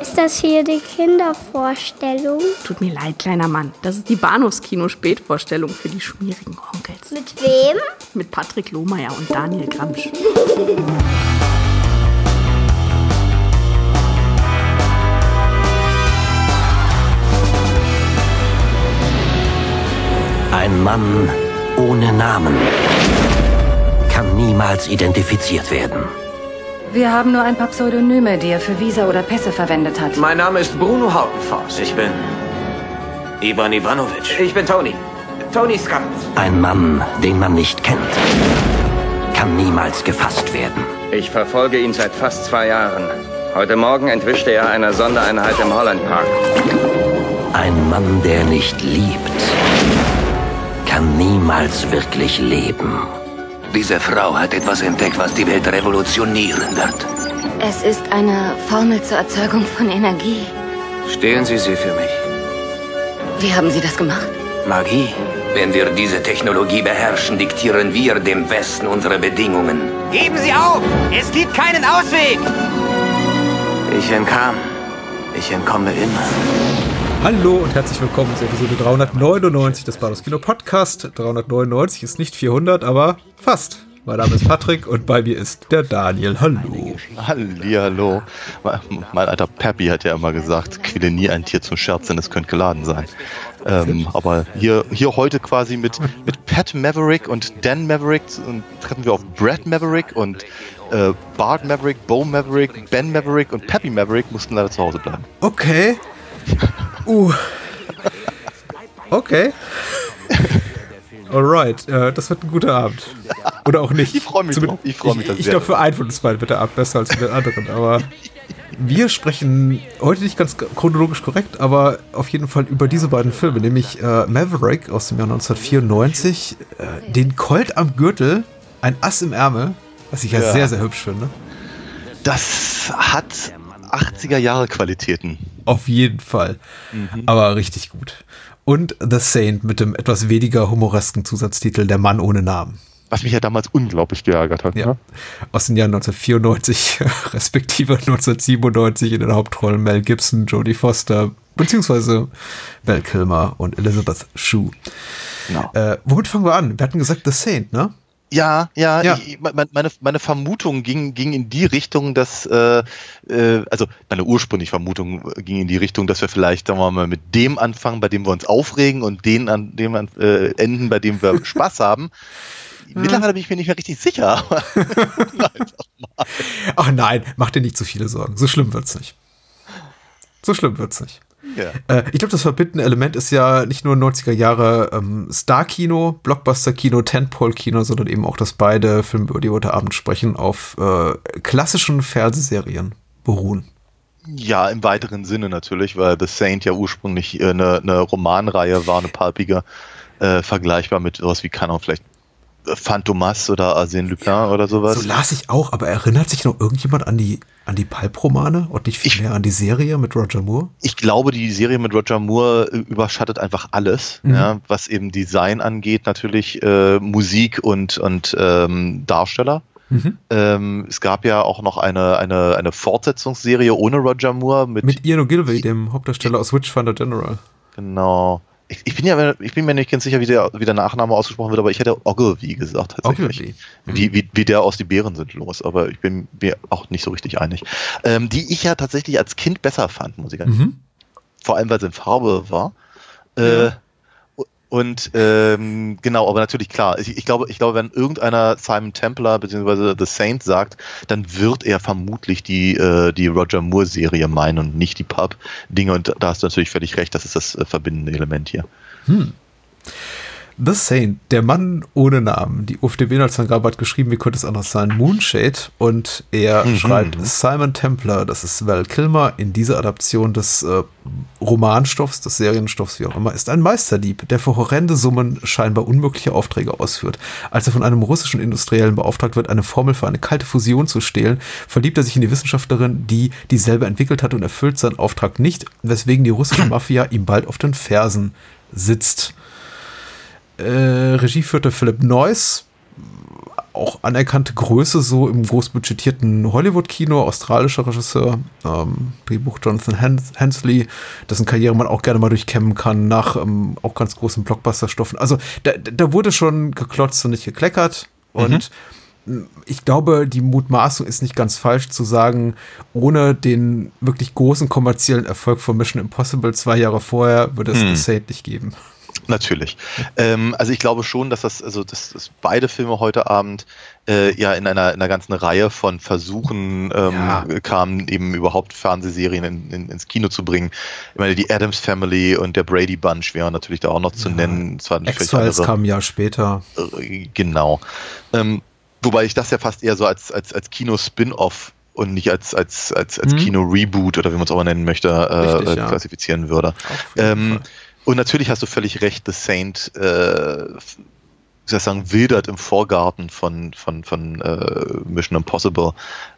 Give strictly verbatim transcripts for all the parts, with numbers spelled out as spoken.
Ist das hier die Kindervorstellung? Tut mir leid, kleiner Mann. Das ist die Bahnhofskino-Spätvorstellung für die schmierigen Onkels. Mit wem? Mit Patrick Lohmeier und Daniel Gramsch. Ein Mann ohne Namen kann niemals identifiziert werden. Wir haben nur ein paar Pseudonyme, die er für Visa oder Pässe verwendet hat. Mein Name ist Bruno Hautenfors. Ich bin Ivan Ivanovic. Ich bin Tony. Tony Scott. Ein Mann, den man nicht kennt, kann niemals gefasst werden. Ich verfolge ihn seit fast zwei Jahren. Heute Morgen entwischte er einer Sondereinheit im Holland Park. Ein Mann, der nicht liebt, kann niemals wirklich leben. Diese Frau hat etwas entdeckt, was die Welt revolutionieren wird. Es ist eine Formel zur Erzeugung von Energie. Stehlen Sie sie für mich. Wie haben Sie das gemacht? Magie. Wenn wir diese Technologie beherrschen, diktieren wir dem Westen unsere Bedingungen. Geben Sie auf! Es gibt keinen Ausweg! Ich entkam. Ich entkomme immer. Hallo und herzlich willkommen zur Episode dreihundertneunundneunzig des Bahnhofskino Podcast. dreihundertneunundneunzig ist nicht vierhundert, aber fast. Mein Name ist Patrick und bei mir ist der Daniel. Hallo. Hallihallo. Mein alter Pappy hat ja immer gesagt, quäle nie ein Tier zum Scherzen, es könnte geladen sein. Ähm, aber hier, hier heute quasi mit, mit Pat Maverick und Dan Maverick und treffen wir auf Brad Maverick und äh, Bart Maverick, Bo Maverick, Ben Maverick und Pappy Maverick mussten leider zu Hause bleiben. Okay. Uh. Okay. Alright, äh, das wird ein guter Abend. Oder auch nicht. Ich freue mich drauf. Ich freue mich Ich, ich glaube, für einen von uns beiden wird der Abend besser als für den anderen. Aber wir sprechen heute nicht ganz chronologisch korrekt, aber auf jeden Fall über diese beiden Filme, nämlich äh, Maverick aus dem Jahr neunzehnhundertvierundneunzig, äh, den Colt am Gürtel, ein Ass im Ärmel, was ich ja, ja sehr, sehr hübsch finde. Das hat achtziger Jahre Qualitäten. Auf jeden Fall. Mhm. Aber richtig gut. Und The Saint mit dem etwas weniger humoresken Zusatztitel Der Mann ohne Namen. Was mich ja damals unglaublich geärgert hat. Ja. Ne? Aus den Jahren neunzehnhundertvierundneunzig, respektive neunzehnhundertsiebenundneunzig in den Hauptrollen Mel Gibson, Jodie Foster, beziehungsweise Val Kilmer und Elizabeth Shue. Genau. Äh, womit fangen wir an? Wir hatten gesagt The Saint, ne? Ja, ja, ja. Ich, meine, meine Vermutung ging, ging in die Richtung, dass, äh, äh, also meine ursprüngliche Vermutung ging in die Richtung, dass wir vielleicht, sagen wir mal, mit dem anfangen, bei dem wir uns aufregen und den an dem äh, enden, bei dem wir Spaß haben. Mittlerweile bin ich mir nicht mehr richtig sicher. Ach nein, mach dir nicht zu viele Sorgen. So schlimm wird's nicht. So schlimm wird's nicht. Ja. Äh, ich glaube, das verbindende Element ist ja nicht nur neunziger Jahre ähm, Star-Kino, Blockbuster-Kino, Tentpole-Kino, sondern eben auch, dass beide Filme, über die wir heute Abend sprechen, auf äh, klassischen Fernsehserien beruhen. Ja, im weiteren Sinne natürlich, weil The Saint ja ursprünglich äh, eine, eine Romanreihe war, eine pulpige, äh, vergleichbar mit sowas wie, keine Ahnung, vielleicht Phantomas oder Arsène Lupin ja, oder sowas. So las ich auch, aber erinnert sich noch irgendjemand an die an die Pulp-Romane und nicht viel ich, mehr an die Serie mit Roger Moore? Ich glaube, die Serie mit Roger Moore überschattet einfach alles, mhm. ja, was eben Design angeht, natürlich äh, Musik und, und ähm, Darsteller. Mhm. Ähm, es gab ja auch noch eine, eine, eine Fortsetzungsserie ohne Roger Moore. Mit, mit Ian Ogilvy, dem Hauptdarsteller aus Witchfinder General. Genau. Ich, ich bin ja, ich bin mir nicht ganz sicher, wie der, wie der Nachname ausgesprochen wird, aber ich hätte Ogilvy gesagt, tatsächlich. Ogilvy. Mhm. Wie, wie, wie der aus Die Bären sind los, aber ich bin mir auch nicht so richtig einig. Ähm, die ich ja tatsächlich als Kind besser fand, muss ich sagen. Mhm. Vor allem, weil sie in Farbe war. Äh, ja. Und ähm, genau, aber natürlich klar, ich, ich glaube, ich glaube, wenn irgendeiner Simon Templar bzw. The Saint sagt, dann wird er vermutlich die, äh, die Roger Moore-Serie meinen und nicht die Pulp-Dinge, und da hast du natürlich völlig recht, das ist das äh, verbindende Element hier. Hm. The Saint, der Mann ohne Namen. Die U F D B-Inhaltsangabe hat geschrieben, wie könnte es anders sein? Moonshade. Und er mhm. schreibt Simon Templar, das ist Val Kilmer, in dieser Adaption des äh, Romanstoffs, des Serienstoffs, wie auch immer, ist ein Meisterdieb, der für horrende Summen scheinbar unmögliche Aufträge ausführt. Als er von einem russischen Industriellen beauftragt wird, eine Formel für eine kalte Fusion zu stehlen, verliebt er sich in die Wissenschaftlerin, die dieselbe entwickelt hat, und erfüllt seinen Auftrag nicht, weswegen die russische Mafia ihm bald auf den Fersen sitzt. Äh, Regie führte Philip Noyce, auch anerkannte Größe so im großbudgetierten Hollywood-Kino, australischer Regisseur, ähm, Drehbuch Jonathan Hans- Hensley, dessen Karriere man auch gerne mal durchkämmen kann, nach ähm, auch ganz großen Blockbuster-Stoffen. Also da, da wurde schon geklotzt und nicht gekleckert. Und mhm. ich glaube, die Mutmaßung ist nicht ganz falsch zu sagen, ohne den wirklich großen kommerziellen Erfolg von Mission Impossible zwei Jahre vorher würde es mhm. The Saint nicht geben. Natürlich. Ähm, also ich glaube schon, dass das, also dass, dass beide Filme heute Abend äh, ja in einer, in einer ganzen Reihe von Versuchen ähm, ja. kamen, eben überhaupt Fernsehserien in, in, ins Kino zu bringen. Ich meine, die Addams Family und der Brady Bunch wären natürlich da auch noch zu ja. nennen. X-Files kam ein Jahr später. Äh, genau. Ähm, wobei ich das ja fast eher so als, als, als Kino-Spin-Off und nicht als, als, als, als mhm. Kino-Reboot oder wie man es auch mal nennen möchte, äh, Richtig, ja. klassifizieren würde. Ähm, Und natürlich hast du völlig recht, The Saint, äh, wie soll ich sagen, wildert im Vorgarten von, von, von äh, Mission Impossible.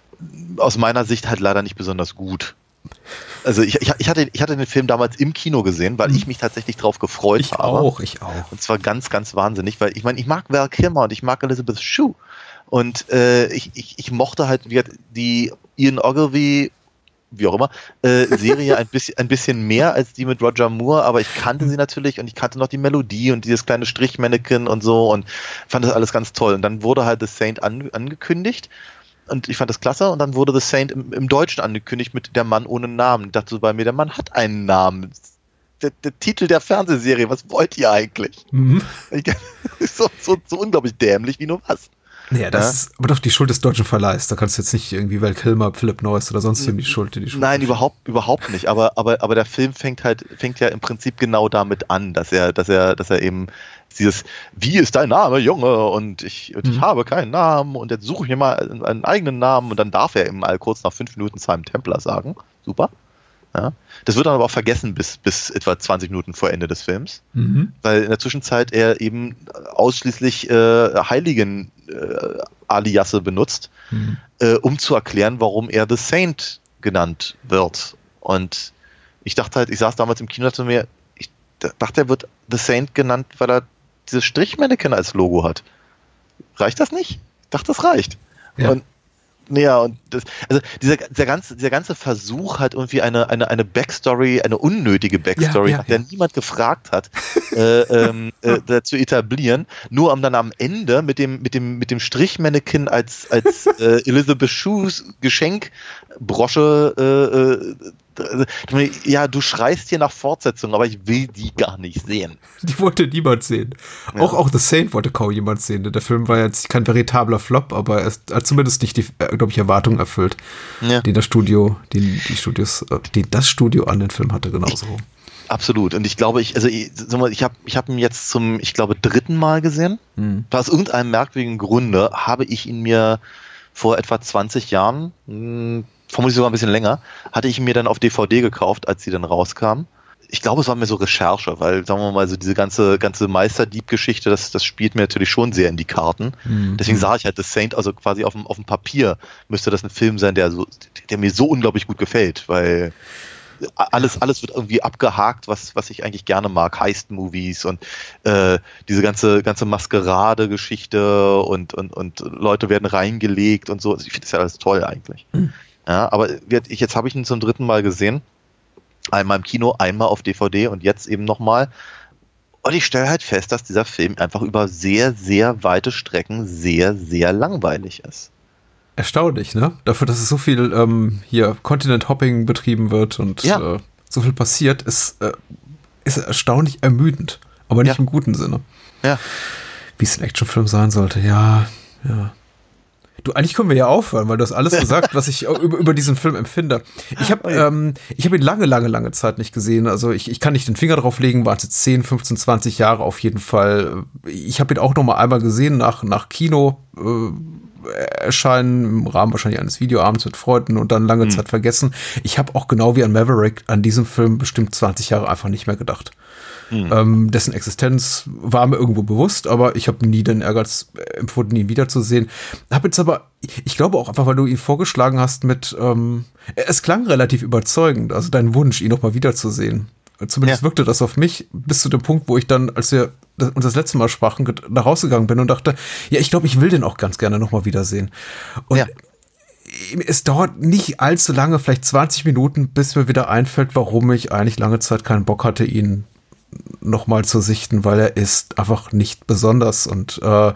Aus meiner Sicht halt leider nicht besonders gut. Also ich, ich, ich, hatte, ich hatte den Film damals im Kino gesehen, weil ich mich tatsächlich drauf gefreut ich habe. Ich auch, ich auch. Und zwar ganz, ganz wahnsinnig, weil ich meine, ich mag Val Kilmer und ich mag Elizabeth Shue. Und äh, ich, ich, ich mochte halt die Ian Ogilvy, wie auch immer, äh, Serie ein bisschen, ein bisschen mehr als die mit Roger Moore, aber ich kannte sie natürlich und ich kannte noch die Melodie und dieses kleine Strichmannequin und so und fand das alles ganz toll. Und dann wurde halt The Saint an, angekündigt und ich fand das klasse und dann wurde The Saint im, im Deutschen angekündigt mit Der Mann ohne Namen. Ich dachte so bei mir, der Mann hat einen Namen. Der, der Titel der Fernsehserie, was wollt ihr eigentlich? Mhm. Ich, so, so, so unglaublich dämlich wie nur was. Naja, das ja. ist aber doch die Schuld des deutschen Verleihs. Da kannst du jetzt nicht irgendwie Val Kilmer, Philip Noyce oder sonst irgendwie die Schuld in die Schuld. Nein, überhaupt, überhaupt nicht. Aber, aber, aber der Film fängt halt, fängt ja im Prinzip genau damit an, dass er, dass er, dass er eben dieses, wie ist dein Name, Junge? Und ich, und ich mhm. habe keinen Namen und jetzt suche ich mir mal einen, einen eigenen Namen und dann darf er eben mal kurz nach fünf Minuten Simon Templar sagen. Super. Ja. Das wird dann aber auch vergessen bis, bis etwa zwanzig Minuten vor Ende des Films, mhm. weil in der Zwischenzeit er eben ausschließlich äh, Heiligen äh, Aliasse benutzt, mhm. äh, um zu erklären, warum er The Saint genannt wird. Und ich dachte halt, ich saß damals im Kino und dachte mir, ich dachte, er wird The Saint genannt, weil er dieses Strichmännchen als Logo hat. Reicht das nicht? Ich dachte, das reicht. Ja. Und Ja, und das, also dieser, dieser ganze, dieser ganze Versuch hat irgendwie eine, eine, eine Backstory, eine unnötige Backstory, ja, ja, nach der ja. niemand gefragt hat, äh, ähm, äh, zu etablieren, nur um dann am Ende mit dem, mit dem, mit dem Strichmannequin als, als äh, Elizabeth Shues Geschenkbrosche, äh, äh, ja, du schreist hier nach Fortsetzung, aber ich will die gar nicht sehen. Die wollte niemand sehen. Ja. Auch, auch The Saint wollte kaum jemand sehen. Der Film war jetzt kein veritabler Flop, aber er hat zumindest nicht die, glaube ich, Erwartungen erfüllt, ja. die das Studio, die, die Studios, die das Studio an den Film hatte, genauso. Absolut. Und ich glaube, ich, also ich, ich habe ich hab ihn jetzt zum, ich glaube, dritten Mal gesehen. Hm. Aus irgendeinem merkwürdigen Grunde habe ich ihn mir vor etwa zwanzig Jahren, mh, vermutlich sogar ein bisschen länger, hatte ich mir dann auf D V D gekauft, als sie dann rauskam. Ich glaube, es war mir so Recherche, weil, sagen wir mal, so diese ganze, ganze Meisterdieb-Geschichte, das, das spielt mir natürlich schon sehr in die Karten. Mhm. Deswegen sah ich halt The Saint, also quasi auf dem, auf dem Papier müsste das ein Film sein, der so, der mir so unglaublich gut gefällt, weil alles, alles wird irgendwie abgehakt, was, was ich eigentlich gerne mag. Heist-Movies und äh, diese ganze, ganze Maskerade-Geschichte und, und, und Leute werden reingelegt und so. Also ich finde das ja alles toll eigentlich. Mhm. Ja, aber jetzt habe ich ihn zum dritten Mal gesehen. Einmal im Kino, einmal auf D V D und jetzt eben nochmal. Und ich stelle halt fest, dass dieser Film einfach über sehr, sehr weite Strecken sehr, sehr langweilig ist. Erstaunlich, ne? Dafür, dass es so viel ähm, hier Continent-Hopping betrieben wird und ja. äh, so viel passiert, ist, äh, ist erstaunlich ermüdend. Aber nicht ja. im guten Sinne. Ja. Wie es ein Actionfilm sein sollte, ja, ja. Du, eigentlich können wir ja aufhören, weil du hast alles gesagt, was ich über, über diesen Film empfinde. Ich habe ähm, ich hab ihn lange, lange, lange Zeit nicht gesehen. Also ich, ich kann nicht den Finger drauf legen, waren es jetzt zehn, fünfzehn, zwanzig Jahre auf jeden Fall. Ich habe ihn auch noch mal einmal gesehen nach, nach Kino äh, erscheinen, im Rahmen wahrscheinlich eines Videoabends mit Freunden und dann lange mhm. Zeit vergessen. Ich habe auch genau wie an Maverick an diesem Film bestimmt zwanzig Jahre einfach nicht mehr gedacht. Mhm. Ähm, dessen Existenz war mir irgendwo bewusst, aber ich habe nie den Ehrgeiz empfunden, ihn wiederzusehen. Habe jetzt aber, ich glaube auch einfach, weil du ihn vorgeschlagen hast mit, ähm, es klang relativ überzeugend, also dein Wunsch, ihn noch mal wiederzusehen. Zumindest ja. wirkte das auf mich bis zu dem Punkt, wo ich dann, als wir das, uns das letzte Mal sprachen, da rausgegangen bin und dachte, ja, ich glaube, ich will den auch ganz gerne nochmal wiedersehen. Und ja. es dauert nicht allzu lange, vielleicht zwanzig Minuten, bis mir wieder einfällt, warum ich eigentlich lange Zeit keinen Bock hatte, ihn nochmal zu sichten, weil er ist einfach nicht besonders und äh,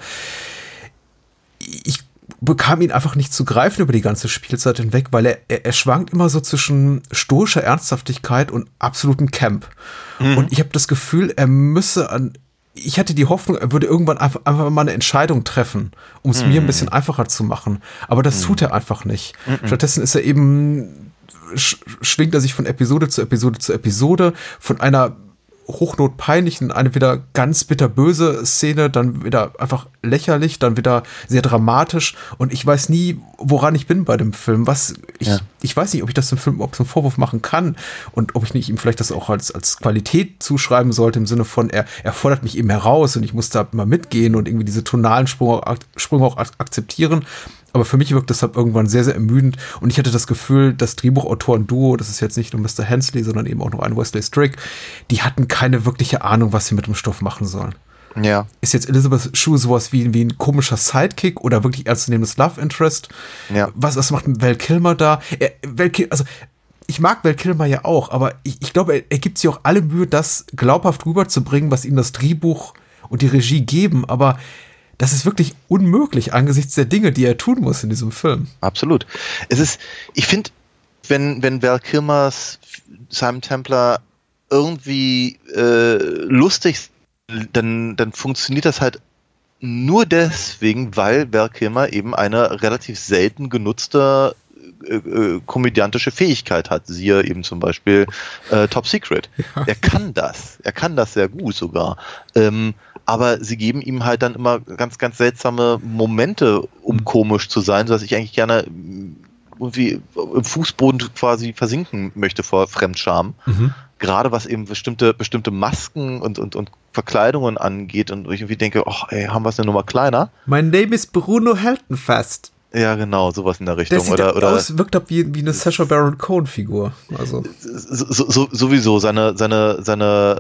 ich bekam ihn einfach nicht zu greifen über die ganze Spielzeit hinweg, weil er, er, er schwankt immer so zwischen stoischer Ernsthaftigkeit und absolutem Camp. Mhm. Und ich habe das Gefühl, er müsse an, ich hatte die Hoffnung, er würde irgendwann einfach, einfach mal eine Entscheidung treffen, um es mhm. mir ein bisschen einfacher zu machen. Aber das mhm. tut er einfach nicht. Mhm. Stattdessen ist er eben, sch- schwingt er sich von Episode zu Episode zu Episode, von einer hochnotpeinlichen, eine wieder ganz bitterböse Szene, dann wieder einfach lächerlich, dann wieder sehr dramatisch und ich weiß nie, woran ich bin bei dem Film. Was ich, ja. ich weiß nicht, ob ich das dem Film ob zum Vorwurf machen kann und ob ich nicht ihm vielleicht das auch als, als Qualität zuschreiben sollte, im Sinne von, er, er fordert mich eben heraus und ich muss da mal mitgehen und irgendwie diese tonalen Sprünge, Sprünge auch akzeptieren. Aber für mich wirkt das halt irgendwann sehr, sehr ermüdend. Und ich hatte das Gefühl, das Drehbuchautoren-Duo, das ist jetzt nicht nur Mister Hensley, sondern eben auch noch ein Wesley Strick, die hatten keine wirkliche Ahnung, was sie mit dem Stoff machen sollen. Ja. Ist jetzt Elizabeth Shue sowas wie, wie ein komischer Sidekick oder wirklich ernstzunehmendes Love Interest? Ja. Was, was macht Val Kilmer da? Er, Val Kilmer, also ich mag Val Kilmer ja auch, aber ich, ich glaube, er, er gibt sich auch alle Mühe, das glaubhaft rüberzubringen, was ihm das Drehbuch und die Regie geben, aber das ist wirklich unmöglich angesichts der Dinge, die er tun muss in diesem Film. Absolut. Es ist, ich finde, wenn, wenn Val Kilmers Simon Templar irgendwie äh, lustig, dann, dann funktioniert das halt nur deswegen, weil Val Kilmer eben eine relativ selten genutzte äh, äh, komödiantische Fähigkeit hat. Siehe eben zum Beispiel äh, Top Secret. Ja. Er kann das. Er kann das sehr gut sogar. Ähm, aber sie geben ihm halt dann immer ganz, ganz seltsame Momente, um mhm. komisch zu sein, sodass ich eigentlich gerne irgendwie im Fußboden quasi versinken möchte vor Fremdscham. Mhm. Gerade was eben bestimmte, bestimmte Masken und, und, und Verkleidungen angeht und ich irgendwie denke, ach, ey, haben wir es eine Nummer kleiner? Mein Name ist Bruno Heltenfast. Ja, genau, sowas in der Richtung. Der sieht oder, oder aus, wirkt ab wie, wie eine Sacha Baron Cohen-Figur. Also. So, so, sowieso, seine, seine, seine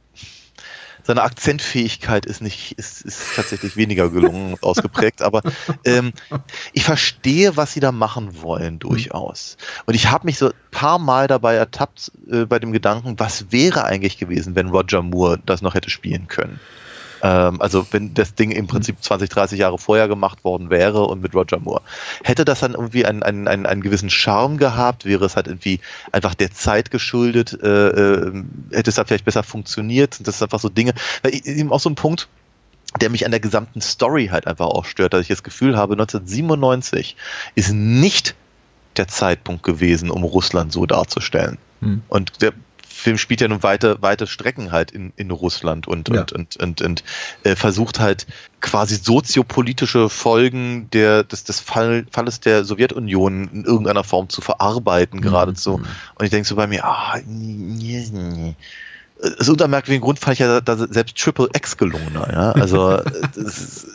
Seine Akzentfähigkeit ist nicht, ist, ist tatsächlich weniger gelungen und ausgeprägt, aber ähm, ich verstehe, was sie da machen wollen, durchaus. Und ich habe mich so ein paar Mal dabei ertappt äh, bei dem Gedanken, was wäre eigentlich gewesen, wenn Roger Moore das noch hätte spielen können. Ähm, also wenn das Ding im Prinzip zwanzig, dreißig Jahre vorher gemacht worden wäre und mit Roger Moore. Hätte das dann irgendwie einen, einen, einen, einen gewissen Charme gehabt, wäre es halt irgendwie einfach der Zeit geschuldet, äh, äh, hätte es da vielleicht besser funktioniert. Und das ist einfach so Dinge, weil eben auch so ein Punkt, der mich an der gesamten Story halt einfach auch stört, dass ich das Gefühl habe, neunzehnhundertsiebenundneunzig ist nicht der Zeitpunkt gewesen, um Russland so darzustellen. Hm. Und der Film spielt ja nun weite, weite Strecken halt in, in Russland und, ja. und, und, und, und äh, versucht halt quasi soziopolitische Folgen der, des, des Fall, Falles der Sowjetunion in irgendeiner Form zu verarbeiten, mhm. geradezu. Und ich denke so bei mir, ah, nee, nee. Aus unter merkwürdigen Grund fand ich ja da selbst Triple X gelungener, ja. Also das ist,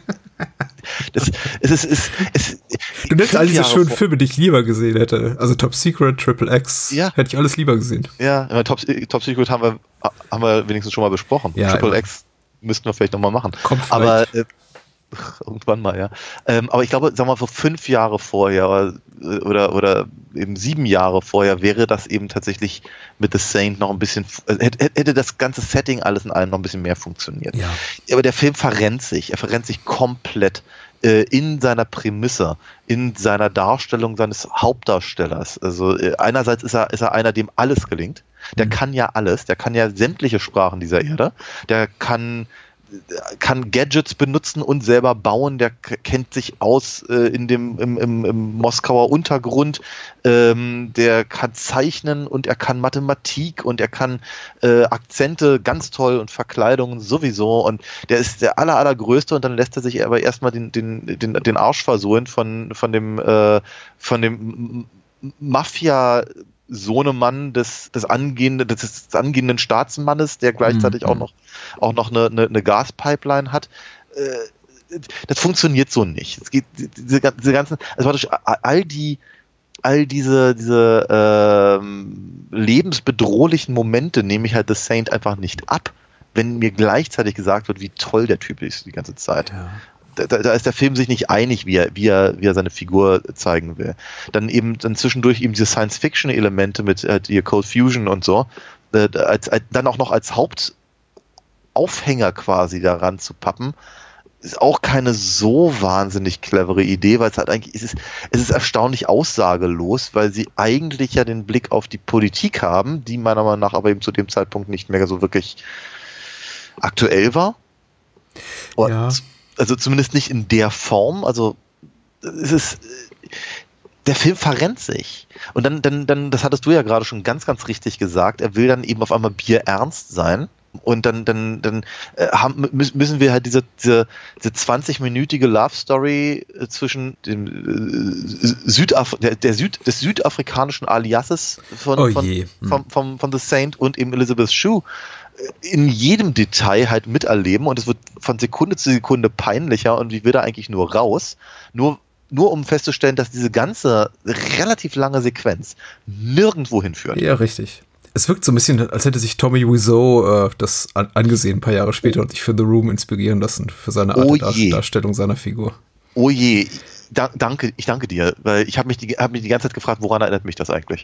das, es ist, es, es, du nennst all diese schönen Filme, die ich lieber gesehen hätte. Also Top Secret, Triple X, ja. hätte ich alles lieber gesehen. Ja, Top, Top Secret haben wir, haben wir wenigstens schon mal besprochen. Ja, Triple ja. X müssten wir vielleicht nochmal machen. Kommt aber äh, irgendwann mal, ja. Ähm, aber ich glaube, sagen wir mal, so fünf Jahre vorher oder, oder, oder eben sieben Jahre vorher wäre das eben tatsächlich mit The Saint noch ein bisschen, hätte, hätte das ganze Setting alles in allem noch ein bisschen mehr funktioniert. Ja. Aber der Film verrennt sich, er verrennt sich komplett äh, in seiner Prämisse, in seiner Darstellung seines Hauptdarstellers. Also äh, einerseits ist er, ist er einer, dem alles gelingt. Der mhm. kann ja alles, der kann ja sämtliche Sprachen dieser Erde, der kann kann Gadgets benutzen und selber bauen, der k- kennt sich aus äh, in dem im, im, im Moskauer Untergrund, ähm, der kann zeichnen und er kann Mathematik und er kann äh, Akzente ganz toll und Verkleidungen sowieso und der ist der aller allergrößte und dann lässt er sich aber erstmal den, den, den, den Arsch versohlen von, von dem äh, von dem Mafia Sohnemann des, des angehenden, des, des angehenden Staatsmannes, der gleichzeitig mhm. auch noch, auch noch eine, eine, eine Gaspipeline hat. Äh, das funktioniert so nicht. Es geht, diese, diese ganzen, also all die, all diese, diese, ähm, lebensbedrohlichen Momente nehme ich halt The Saint einfach nicht ab, wenn mir gleichzeitig gesagt wird, wie toll der Typ ist die ganze Zeit. Ja. Da, da ist der Film sich nicht einig, wie er, wie er, wie er seine Figur zeigen will. Dann eben dann zwischendurch eben diese Science-Fiction-Elemente mit äh, hier Cold Fusion und so, äh, als, als, dann auch noch als Hauptaufhänger quasi daran zu pappen, ist auch keine so wahnsinnig clevere Idee, weil es halt eigentlich es ist, es ist erstaunlich aussagelos, weil sie eigentlich ja den Blick auf die Politik haben, die meiner Meinung nach aber eben zu dem Zeitpunkt nicht mehr so wirklich aktuell war. Und ja. Also zumindest nicht in der Form. Also es ist, der Film verrennt sich. Und dann, dann, dann, das hattest du ja gerade schon ganz, ganz richtig gesagt, er will dann eben auf einmal bierernst sein. Und dann, dann, dann äh, haben, müssen wir halt diese, diese, diese zwanzig-minütige Love-Story zwischen dem äh, Südaf der, der Süd des südafrikanischen Aliases von, oh von, hm. von, von, von The Saint und eben Elizabeth Shue in jedem Detail halt miterleben, und es wird von Sekunde zu Sekunde peinlicher und wie will da eigentlich nur raus, nur, nur um festzustellen, dass diese ganze relativ lange Sequenz nirgendwo hinführt. Ja, richtig. Es wirkt so ein bisschen, als hätte sich Tommy Wiseau äh, das an, angesehen, ein paar Jahre später, und sich für The Room inspirieren lassen, für seine Art oh der Dar- Darstellung seiner Figur. Oh je, da, danke, ich danke dir, weil ich habe mich, die, hab mich die ganze Zeit gefragt, woran erinnert mich das eigentlich?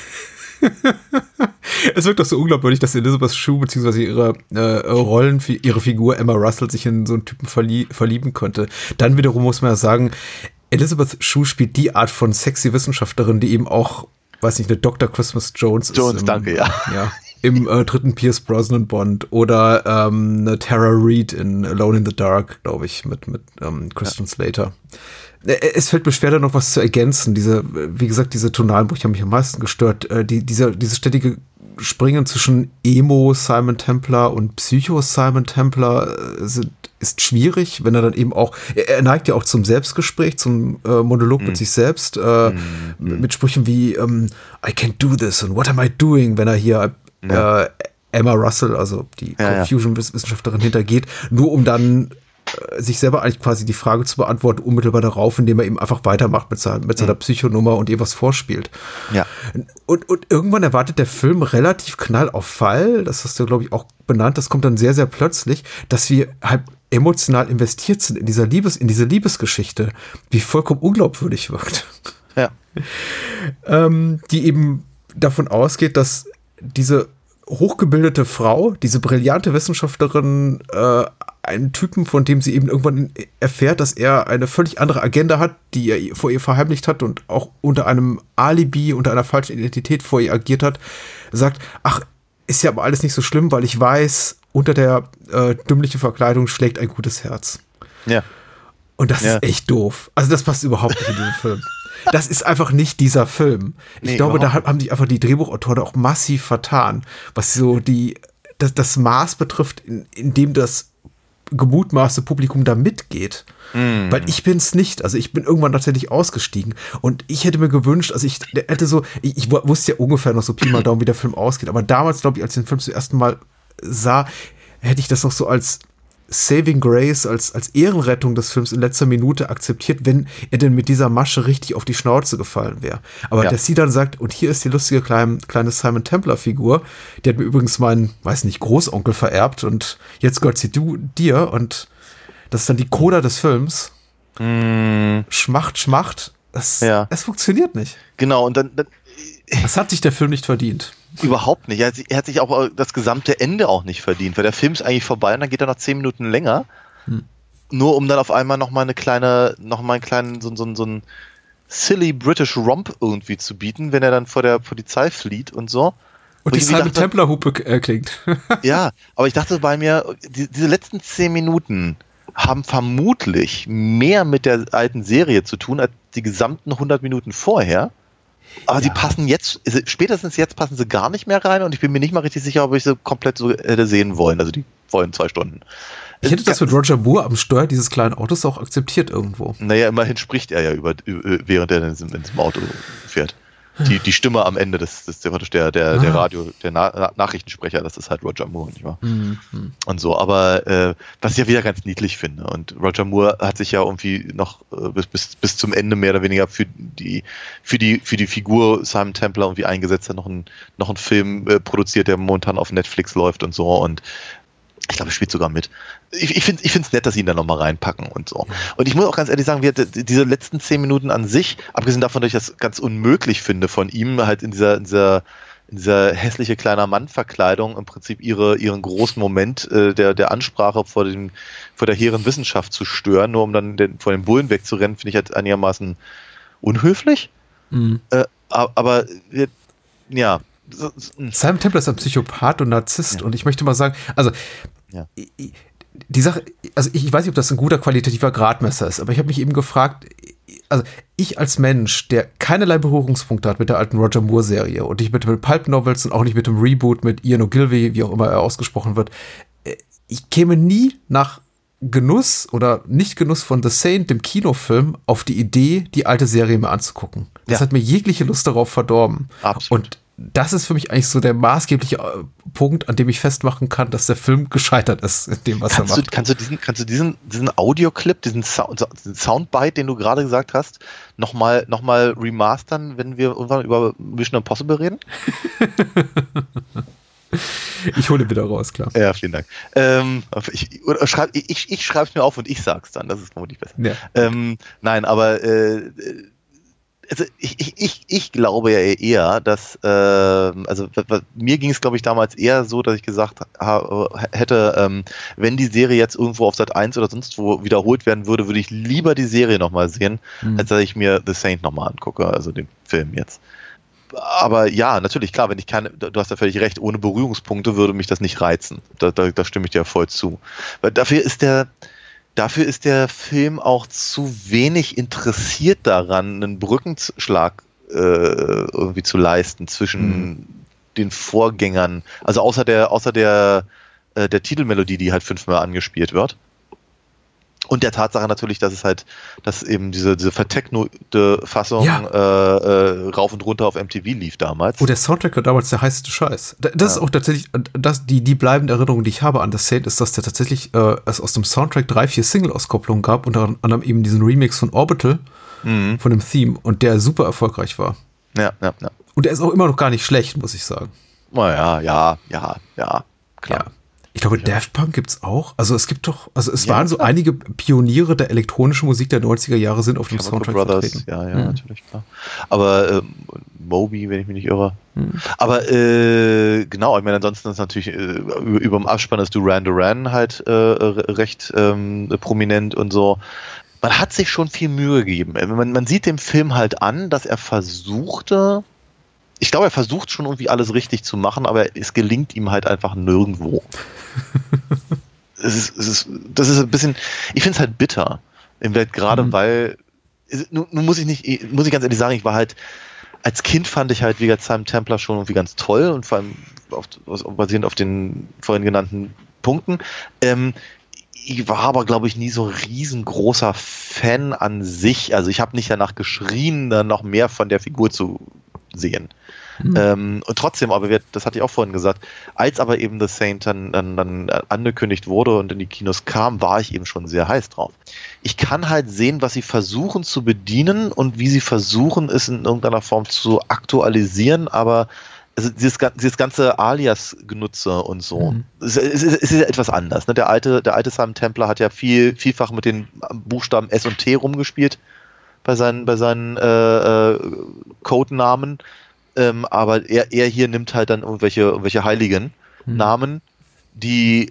Es wirkt doch so unglaubwürdig, dass Elizabeth Shue bzw. ihre äh, Rollen, ihre Figur Emma Russell sich in so einen Typen verlie- verlieben konnte. Dann wiederum muss man ja sagen, Elizabeth Shue spielt die Art von sexy Wissenschaftlerin, die eben auch, weiß nicht, eine Doktor Christmas Jones, Jones ist. Im, danke, ja. ja im äh, dritten Pierce Brosnan Bond oder ähm, eine Tara Reid in Alone in the Dark, glaube ich, mit, mit ähm, Christian ja. Slater. Es fällt mir schwer, da noch was zu ergänzen. Diese, wie gesagt, diese Tonalbrüche haben mich am meisten gestört. Äh, die, dieser, dieses ständige Springen zwischen Emo Simon Templar und Psycho Simon Templar äh, sind, ist schwierig, wenn er dann eben auch, er, er neigt ja auch zum Selbstgespräch, zum äh, Monolog mm. mit sich selbst, äh, mm. mit Sprüchen wie ähm, I can't do this and what am I doing, wenn er hier ja. äh, Emma Russell, also die ja, Confusion-Wissenschaftlerin, hintergeht, nur um dann sich selber eigentlich quasi die Frage zu beantworten, unmittelbar darauf, indem er eben einfach weitermacht mit seiner, mit seiner Psychonummer und ihr was vorspielt. Ja. Und, und irgendwann erwartet der Film relativ knall auf Fall, das hast du, glaube ich, auch benannt, das kommt dann sehr, sehr plötzlich, dass wir halt emotional investiert sind in dieser Liebes, in diese Liebesgeschichte, die vollkommen unglaubwürdig wirkt. Ja. ähm, die eben davon ausgeht, dass diese hochgebildete Frau, diese brillante Wissenschaftlerin, äh, einen Typen, von dem sie eben irgendwann erfährt, dass er eine völlig andere Agenda hat, die er vor ihr verheimlicht hat und auch unter einem Alibi, unter einer falschen Identität vor ihr agiert hat, sagt, ach, ist ja aber alles nicht so schlimm, weil ich weiß, unter der äh, dümmlichen Verkleidung schlägt ein gutes Herz. Ja. Und das ja. ist echt doof. Also das passt überhaupt nicht in diesen Film. Das ist einfach nicht dieser Film. Ich nee, glaube, da haben sich einfach die Drehbuchautoren auch massiv vertan, was so die, das, das Maß betrifft, in, in dem das gemutmaßte Publikum da mitgeht. Mm. Weil ich bin's nicht. Also ich bin irgendwann tatsächlich ausgestiegen. Und ich hätte mir gewünscht, also ich hätte so, ich, ich wusste ja ungefähr noch so Pi mal Daumen, wie der Film ausgeht. Aber damals, glaube ich, als ich den Film zum ersten Mal sah, hätte ich das noch so als Saving Grace, als, als Ehrenrettung des Films in letzter Minute akzeptiert, wenn er denn mit dieser Masche richtig auf die Schnauze gefallen wäre. Aber ja. dass sie dann sagt, und hier ist die lustige kleine, kleine Simon Templar-Figur, die hat mir übrigens meinen, weiß nicht, Großonkel vererbt und jetzt gehört sie du, dir, und das ist dann die Coda des Films. Mm. Schmacht, Schmacht. Das, ja. Es funktioniert nicht. Genau, und dann, dann das hat sich der Film nicht verdient. Überhaupt nicht. Er hat, er hat sich auch das gesamte Ende auch nicht verdient, weil der Film ist eigentlich vorbei und dann geht er noch zehn Minuten länger. Hm. Nur um dann auf einmal noch mal eine kleine, noch mal einen kleinen, so, so, so ein silly British Romp irgendwie zu bieten, wenn er dann vor der Polizei flieht und so. Und die Simon Templar-Hupe äh, klingt. Ja, aber ich dachte bei mir, die, diese letzten zehn Minuten haben vermutlich mehr mit der alten Serie zu tun, als die gesamten hundert Minuten vorher. Aber ja. sie passen jetzt, spätestens jetzt passen sie gar nicht mehr rein, und ich bin mir nicht mal richtig sicher, ob ich sie komplett so hätte sehen wollen. Also die vollen zwei Stunden. Ich hätte das mit Roger Moore am Steuer dieses kleinen Autos auch akzeptiert irgendwo. Naja, immerhin spricht er ja über, während er in diesem Auto fährt. die, die Stimme am Ende, das, das ist der, der, der Radio, der Na- Nachrichtensprecher, das ist halt Roger Moore, nicht wahr? Mhm. Und so, aber äh, was ich ja wieder ganz niedlich finde. Und Roger Moore hat sich ja irgendwie noch äh, bis, bis, bis zum Ende mehr oder weniger für die, für die, für die Figur Simon Templar irgendwie eingesetzt, hat noch einen, noch einen Film äh, produziert, der momentan auf Netflix läuft und so. Und ich glaube, er spielt sogar mit. Ich, ich finde es ich nett, dass sie ihn da nochmal reinpacken und so. Und ich muss auch ganz ehrlich sagen, wir, diese letzten zehn Minuten an sich, abgesehen davon, dass ich das ganz unmöglich finde, von ihm halt in dieser, in dieser, in dieser hässliche kleiner Mann-Verkleidung im Prinzip ihre, ihren großen Moment äh, der, der Ansprache vor, dem, vor der hehren Wissenschaft zu stören, nur um dann den, vor den Bullen wegzurennen, finde ich halt einigermaßen unhöflich. Mhm. Äh, aber wir, ja. Simon Templar ist ein Psychopath und Narzisst ja. und ich möchte mal sagen, also ja. die Sache, also ich weiß nicht, ob das ein guter qualitativer Gradmesser ist, aber ich habe mich eben gefragt, also ich als Mensch, der keinerlei Berührungspunkte hat mit der alten Roger Moore-Serie und nicht mit den Pulp Novels und auch nicht mit dem Reboot mit Ian Ogilvy, wie auch immer er ausgesprochen wird, ich käme nie nach Genuss oder Nicht-Genuss von The Saint, dem Kinofilm, auf die Idee, die alte Serie mir anzugucken. Das ja. hat mir jegliche Lust darauf verdorben. Absolut. Und das ist für mich eigentlich so der maßgebliche Punkt, an dem ich festmachen kann, dass der Film gescheitert ist in dem, was kannst er macht. Du, kannst du diesen, kannst du diesen, diesen Audioclip, diesen, Sound, diesen Soundbite, den du gerade gesagt hast, nochmal noch mal remastern, wenn wir irgendwann über Mission Impossible reden? Ich hole wieder raus, klar. Ja, vielen Dank. Ähm, ich schreibe ich, ich es mir auf und ich sag's dann, das ist vermutlich besser. Ja. Ähm, nein, aber äh, also ich, ich, ich, ich glaube ja eher, dass, äh, also mir ging es, glaube ich, damals eher so, dass ich gesagt ha, hätte, ähm, wenn die Serie jetzt irgendwo auf Sat eins oder sonst wo wiederholt werden würde, würde ich lieber die Serie nochmal sehen, mhm. als dass ich mir The Saint nochmal angucke, also den Film jetzt. Aber ja, natürlich, klar, wenn ich keine, du hast ja völlig recht, ohne Berührungspunkte würde mich das nicht reizen. Da, da, da stimme ich dir voll zu. Weil dafür ist der, dafür ist der Film auch zu wenig interessiert daran, einen Brückenschlag äh, irgendwie zu leisten zwischen mhm. den Vorgängern. Also außer der, außer der, äh, der Titelmelodie, die halt fünfmal angespielt wird. Und der Tatsache natürlich, dass es halt, dass eben diese, diese vertechnote Fassung ja. äh, äh, rauf und runter auf M T V lief damals. Oh, der Soundtrack war damals der heißeste Scheiß. Das ja. ist auch tatsächlich, das, die, die bleibende Erinnerung, die ich habe an The Saint, ist, dass der tatsächlich äh, es aus dem Soundtrack drei, vier Single-Auskopplungen gab, unter anderem eben diesen Remix von Orbital, mhm. von dem Theme, und der super erfolgreich war. Ja, ja, ja. Und der ist auch immer noch gar nicht schlecht, muss ich sagen. Naja, ja, ja, ja, klar. Ja. Ich glaube, ja. Daft Punk gibt's auch. Also es gibt doch, also es ja, waren so klar. einige Pioniere der elektronischen Musik der neunziger Jahre sind auf dem Chemical Soundtrack Brothers, vertreten. Ja, ja, mhm. natürlich, klar. Aber äh, Moby, wenn ich mich nicht irre. Mhm. Aber äh, genau, ich meine, ansonsten ist natürlich äh, über, über dem Abspann ist Duran Duran halt äh, recht ähm, prominent und so. Man hat sich schon viel Mühe gegeben. Man, man sieht dem Film halt an, dass er versuchte, ich glaube, er versucht schon irgendwie alles richtig zu machen, aber es gelingt ihm halt einfach nirgendwo. es ist, es ist, das ist ein bisschen, ich finde es halt bitter. Gerade mhm. weil, nun, nun muss ich nicht, muss ich ganz ehrlich sagen, ich war halt, als Kind fand ich halt, wie gesagt, Simon Templar schon irgendwie ganz toll und vor allem auf, basierend auf den vorhin genannten Punkten. Ähm, ich war aber, glaube ich, nie so riesengroßer Fan an sich. Also ich habe nicht danach geschrien, dann noch mehr von der Figur zu sehen. Mhm. Ähm, und trotzdem, aber wir, das hatte ich auch vorhin gesagt, als aber eben The Saint dann, dann, dann angekündigt wurde und in die Kinos kam, war ich eben schon sehr heiß drauf. Ich kann halt sehen, was sie versuchen zu bedienen und wie sie versuchen, es in irgendeiner Form zu aktualisieren, aber also dieses, dieses ganze Alias-Genutze und so, mhm. es, es, es ist ja etwas anders. Ne? Der alte, der alte Simon Templar hat ja viel, vielfach mit den Buchstaben S und T rumgespielt bei seinen, bei seinen äh, äh, Codenamen. Ähm, aber er, er hier nimmt halt dann irgendwelche, irgendwelche heiligen hm. Namen, die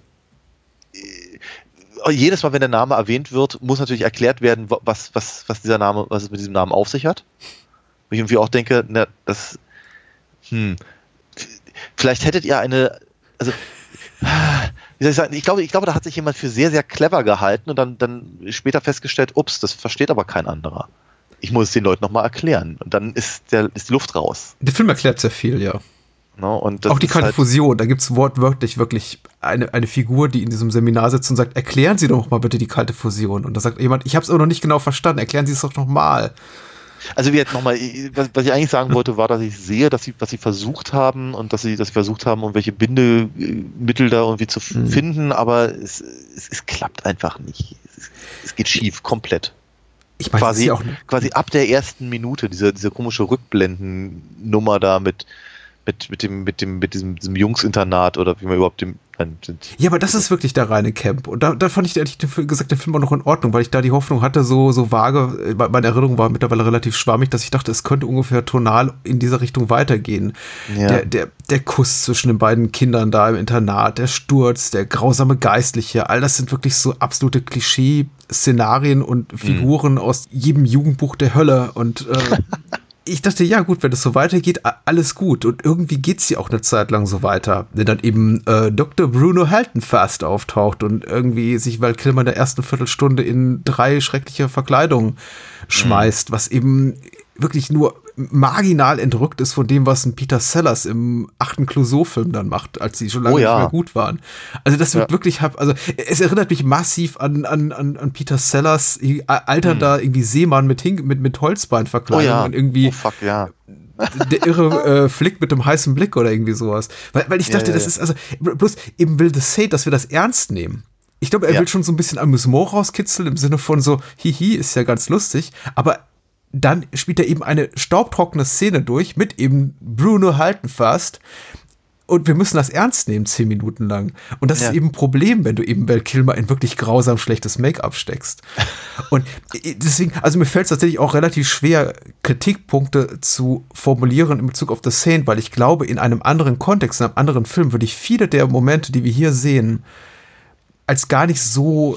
äh, jedes Mal, wenn der Name erwähnt wird, muss natürlich erklärt werden, was, was, was dieser Name, was es mit diesem Namen auf sich hat. Wo ich irgendwie auch denke, na, das, hm, vielleicht hättet ihr eine, also, wie soll ich sagen, ich glaube, ich glaube, da hat sich jemand für sehr, sehr clever gehalten und dann, dann später festgestellt, ups, das versteht aber kein anderer. Ich muss es den Leuten nochmal erklären. Und dann ist, der, ist die Luft raus. Der Film erklärt sehr viel, ja. No, und das auch die kalte halt Fusion, da gibt es wortwörtlich wirklich eine, eine Figur, die in diesem Seminar sitzt und sagt, erklären Sie doch mal bitte die kalte Fusion. Und da sagt jemand, ich habe es aber noch nicht genau verstanden, erklären Sie es doch nochmal. Also wie jetzt nochmal, was, was ich eigentlich sagen wollte, war, dass ich sehe, dass sie, was sie versucht haben und dass sie, dass sie versucht haben, irgendwelche Bindemittel da irgendwie zu mhm. finden, aber es, es, es klappt einfach nicht. Es, es geht schief, komplett. Ich meine, quasi, ja auch quasi ab der ersten Minute, diese, diese komische Rückblenden-Nummer da mit, mit, mit dem, mit dem, mit diesem, diesem Jungsinternat oder wie man überhaupt dem, nein, ja, aber das ist wirklich der reine Camp. Und da, da fand ich ehrlich gesagt den Film auch noch in Ordnung, weil ich da die Hoffnung hatte, so, so vage, meine Erinnerung war mittlerweile relativ schwammig, dass ich dachte, es könnte ungefähr tonal in dieser Richtung weitergehen. Ja. Der, der, der Kuss zwischen den beiden Kindern da im Internat, der Sturz, der grausame Geistliche, all das sind wirklich so absolute Klischee-Szenarien und Figuren mhm. aus jedem Jugendbuch der Hölle und äh, ich dachte, ja gut, wenn es so weitergeht, alles gut. Und irgendwie geht's ja auch eine Zeit lang so weiter. Wenn dann eben äh, Doktor Bruno Haltenfast auftaucht und irgendwie sich Val Kilmer in der ersten Viertelstunde in drei schreckliche Verkleidungen schmeißt, mhm. was eben wirklich nur marginal entrückt ist von dem, was ein Peter Sellers im achten Clouseau-Film dann macht, als sie schon lange oh, ja. nicht mehr gut waren. Also das wird ja. wirklich, also es erinnert mich massiv an, an, an, an Peter Sellers alternder hm. irgendwie Seemann mit, Hing, mit, mit Holzbeinverkleidung oh, ja. und irgendwie oh, fuck, ja. der irre äh, Flick mit dem heißen Blick oder irgendwie sowas. Weil, weil ich dachte, ja, ja, das ist, also bloß eben will das say, dass wir das ernst nehmen. Ich glaube, er ja. will schon so ein bisschen Amüsement rauskitzeln im Sinne von so, hihi, ist ja ganz lustig, aber dann spielt er eben eine staubtrockene Szene durch mit eben Bruno Haltenfast und wir müssen das ernst nehmen, zehn Minuten lang. Und das ja. ist eben ein Problem, wenn du eben Val Kilmer in wirklich grausam schlechtes Make-up steckst. Und deswegen, also mir fällt es tatsächlich auch relativ schwer, Kritikpunkte zu formulieren in Bezug auf The Saint, weil ich glaube, in einem anderen Kontext, in einem anderen Film, würde ich viele der Momente, die wir hier sehen, als gar nicht so